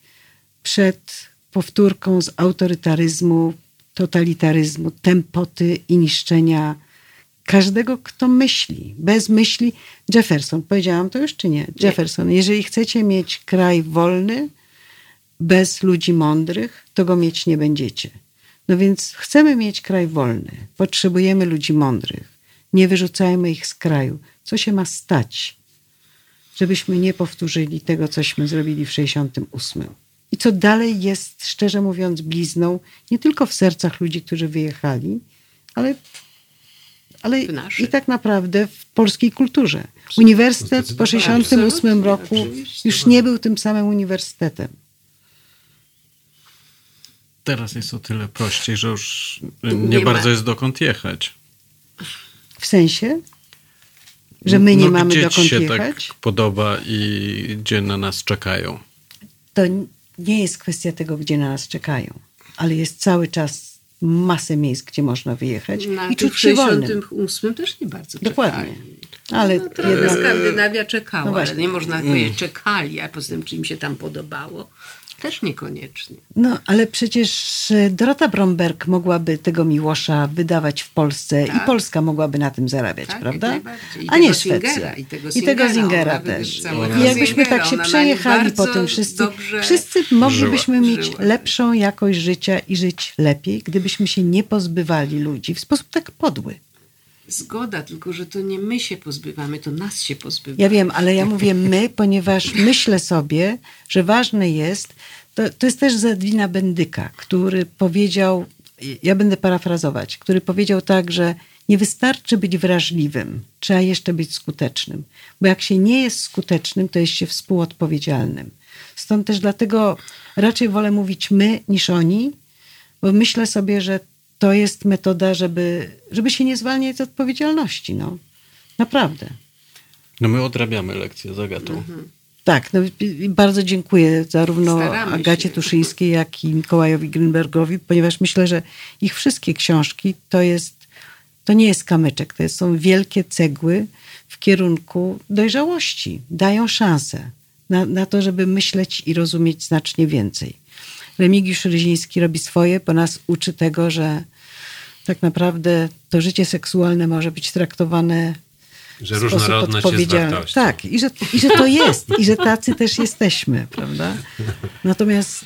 przed powtórką z autorytaryzmu, totalitaryzmu, tempoty i niszczenia każdego, kto myśli. Bez myśli. Jefferson, powiedziałam to już czy nie? Jefferson, jeżeli chcecie mieć kraj wolny, bez ludzi mądrych, to go mieć nie będziecie. No więc chcemy mieć kraj wolny. Potrzebujemy ludzi mądrych. Nie wyrzucajmy ich z kraju. Co się ma stać, żebyśmy nie powtórzyli tego, cośmy zrobili w 68. I co dalej jest, szczerze mówiąc, blizną nie tylko w sercach ludzi, którzy wyjechali, ale i tak naprawdę w polskiej kulturze. Uniwersytet po 68 roku już nie był tym samym uniwersytetem. teraz jest o tyle prościej, że już nie bardzo jest dokąd jechać. W sensie? Że my nie mamy gdzie dokąd się jechać? tak podoba i gdzie na nas czekają. To nie jest kwestia tego, gdzie na nas czekają, ale jest cały czas masę miejsc, gdzie można wyjechać i czuć się wolnym. W 68 też nie bardzo Dokładnie. czekali. Ale jednak... Skandynawia czekała, No ale nie można powiedzieć czekali, a poza tym, czy im się tam podobało, też niekoniecznie. No, ale przecież Dorota Bromberg mogłaby tego Miłosza wydawać w Polsce i Polska mogłaby na tym zarabiać, prawda? I A nie tego Singera, Szwecja. I tego Zingera Ona też. całego I jakbyśmy Singera, tak się ona przejechali po bardzo tym wszyscy dobrze moglibyśmy mieć żyła. lepszą jakość życia i żyć lepiej, gdybyśmy się nie pozbywali ludzi w sposób tak podły. Zgoda, tylko że to nie my się pozbywamy, to nas się pozbywamy. Ja wiem, ale ja mówię my, ponieważ myślę sobie, że ważne jest, to jest też Zadwina Bendyka, który powiedział, ja będę parafrazować, który powiedział tak, że nie wystarczy być wrażliwym, trzeba jeszcze być skutecznym. Bo jak się nie jest skutecznym, to jest się współodpowiedzialnym. Stąd też dlatego raczej wolę mówić my niż oni, bo myślę sobie, że to jest metoda, żeby się nie zwalniać z odpowiedzialności. No. Naprawdę. No my odrabiamy lekcję z Agatą. Tak, no, bardzo dziękuję zarówno Staramy Agacie się. Tuszyńskiej, jak i Mikołajowi Grünbergowi, ponieważ myślę, że ich wszystkie książki to nie jest kamyczek, to są wielkie cegły w kierunku dojrzałości. Dają szansę na to, żeby myśleć i rozumieć znacznie więcej. Remigiusz Ryziński robi swoje, bo nas uczy tego, że tak naprawdę to życie seksualne może być traktowane Że w sposób różnorodność jest odpowiedzialny. wartością. Tak, i że to jest, i że tacy też jesteśmy, prawda? Natomiast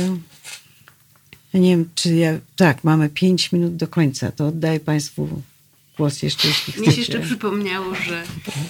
ja nie wiem, czy mamy 5 minut do końca, to oddaję Państwu głos jeszcze, jeśli chcecie. Mi się jeszcze przypomniało, że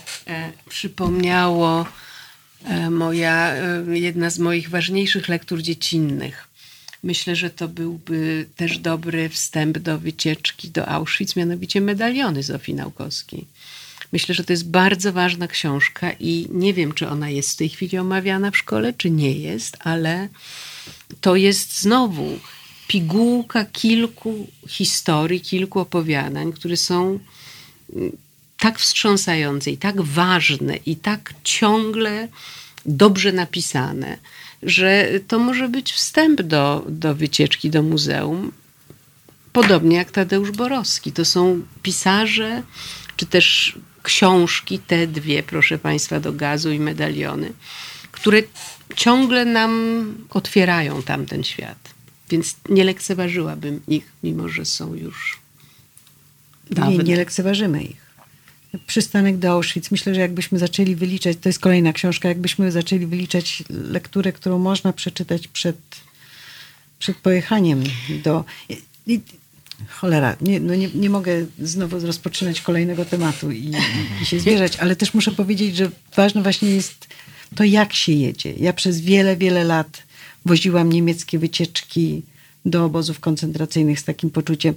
jedna z moich ważniejszych lektur dziecinnych. Myślę, że to byłby też dobry wstęp do wycieczki do Auschwitz, mianowicie Medaliony Zofii Naukowskiej. Myślę, że to jest bardzo ważna książka i nie wiem, czy ona jest w tej chwili omawiana w szkole, czy nie jest, ale to jest znowu pigułka kilku historii, kilku opowiadań, które są tak wstrząsające i tak ważne i tak ciągle dobrze napisane, że to może być wstęp do wycieczki do muzeum. Podobnie jak Tadeusz Borowski. To są pisarze, czy też książki, te dwie, proszę Państwa, do gazu i Medaliony, które ciągle nam otwierają tamten świat. Więc nie lekceważyłabym ich, mimo że są już dawne. Nie lekceważymy ich. Przystanek do Auschwitz. Myślę, że jakbyśmy zaczęli wyliczać, to jest kolejna książka, jakbyśmy zaczęli wyliczać lekturę, którą można przeczytać przed pojechaniem do... Cholera, nie mogę znowu rozpoczynać kolejnego tematu i się zwierzać, ale też muszę powiedzieć, że ważne właśnie jest to, jak się jedzie. Ja przez wiele, wiele lat woziłam niemieckie wycieczki do obozów koncentracyjnych z takim poczuciem,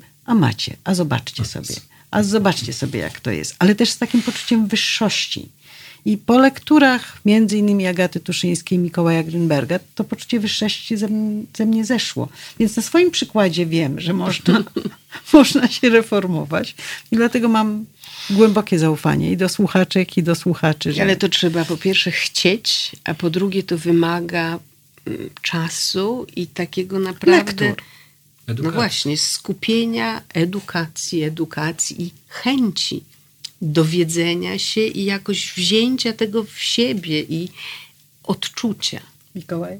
zobaczcie sobie, jak to jest. Ale też z takim poczuciem wyższości. I po lekturach między innymi Agaty Tuszyńskiej i Mikołaja Grünberga to poczucie wyższości ze mnie zeszło. Więc na swoim przykładzie wiem, że można się reformować. I dlatego mam głębokie zaufanie i do słuchaczek, i do słuchaczy. Ale to trzeba po pierwsze chcieć, a po drugie to wymaga czasu i takiego naprawdę... Lektur. No właśnie, skupienia, edukacji i chęci dowiedzenia się i jakoś wzięcia tego w siebie i odczucia. Mikołaj?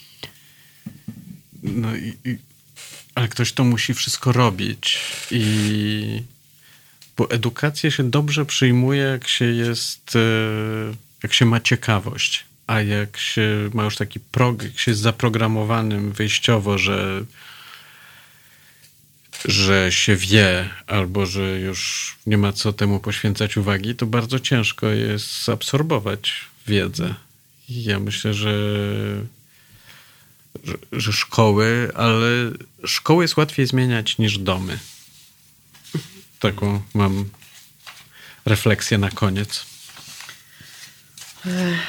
No ale ktoś to musi wszystko robić bo edukację się dobrze przyjmuje, jak się ma ciekawość, a jak się ma już taki jak się jest zaprogramowanym wyjściowo, że się wie, albo że już nie ma co temu poświęcać uwagi, to bardzo ciężko jest absorbować wiedzę. Ja myślę, że szkoły jest łatwiej zmieniać niż domy. Taką mam refleksję na koniec.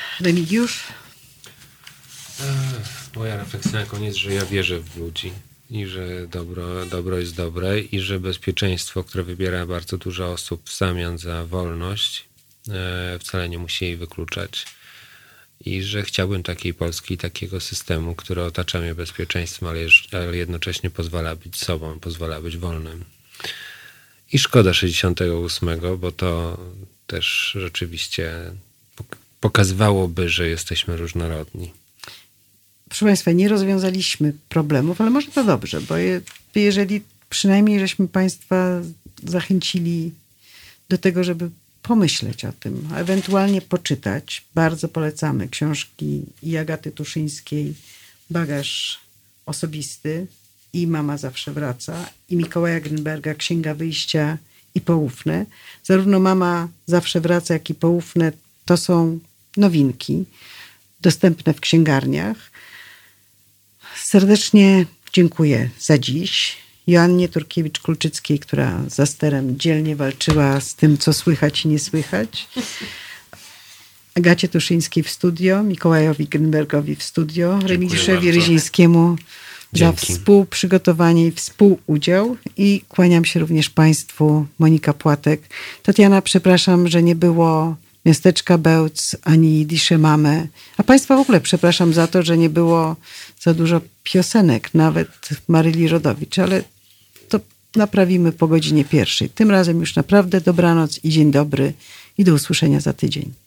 Remigiusz? Moja refleksja na koniec, że ja wierzę w ludzi i że dobro jest dobre i że bezpieczeństwo, które wybiera bardzo dużo osób w zamian za wolność, wcale nie musi jej wykluczać. I że chciałbym takiej Polski, takiego systemu, który otacza mnie bezpieczeństwem, ale jednocześnie pozwala być sobą, pozwala być wolnym. I szkoda 68, bo to też rzeczywiście pokazywałoby, że jesteśmy różnorodni. Proszę Państwa, nie rozwiązaliśmy problemów, ale może to dobrze, bo jeżeli przynajmniej żeśmy Państwa zachęcili do tego, żeby pomyśleć o tym, a ewentualnie poczytać. Bardzo polecamy książki i Agaty Tuszyńskiej, Bagaż osobisty i Mama zawsze wraca i Mikołaja Grynberga, Księga wyjścia i Poufne. Zarówno Mama zawsze wraca, jak i Poufne to są nowinki dostępne w księgarniach. Serdecznie dziękuję za dziś. Joannie Turkiewicz-Kulczyckiej, która za sterem dzielnie walczyła z tym, co słychać i nie słychać. Agacie Tuszyńskiej w studio, Mikołajowi Grynbergowi w studio, Remigiuszowi Ryzińskiemu za współprzygotowanie i współudział. I kłaniam się również Państwu, Monika Płatek. Tatiana, przepraszam, że nie było Miasteczka Bełc ani Disze Mamy. A Państwa w ogóle przepraszam za to, że nie było za dużo piosenek, nawet Maryli Rodowicz, ale to naprawimy po godzinie 1. Tym razem już naprawdę dobranoc i dzień dobry i do usłyszenia za tydzień.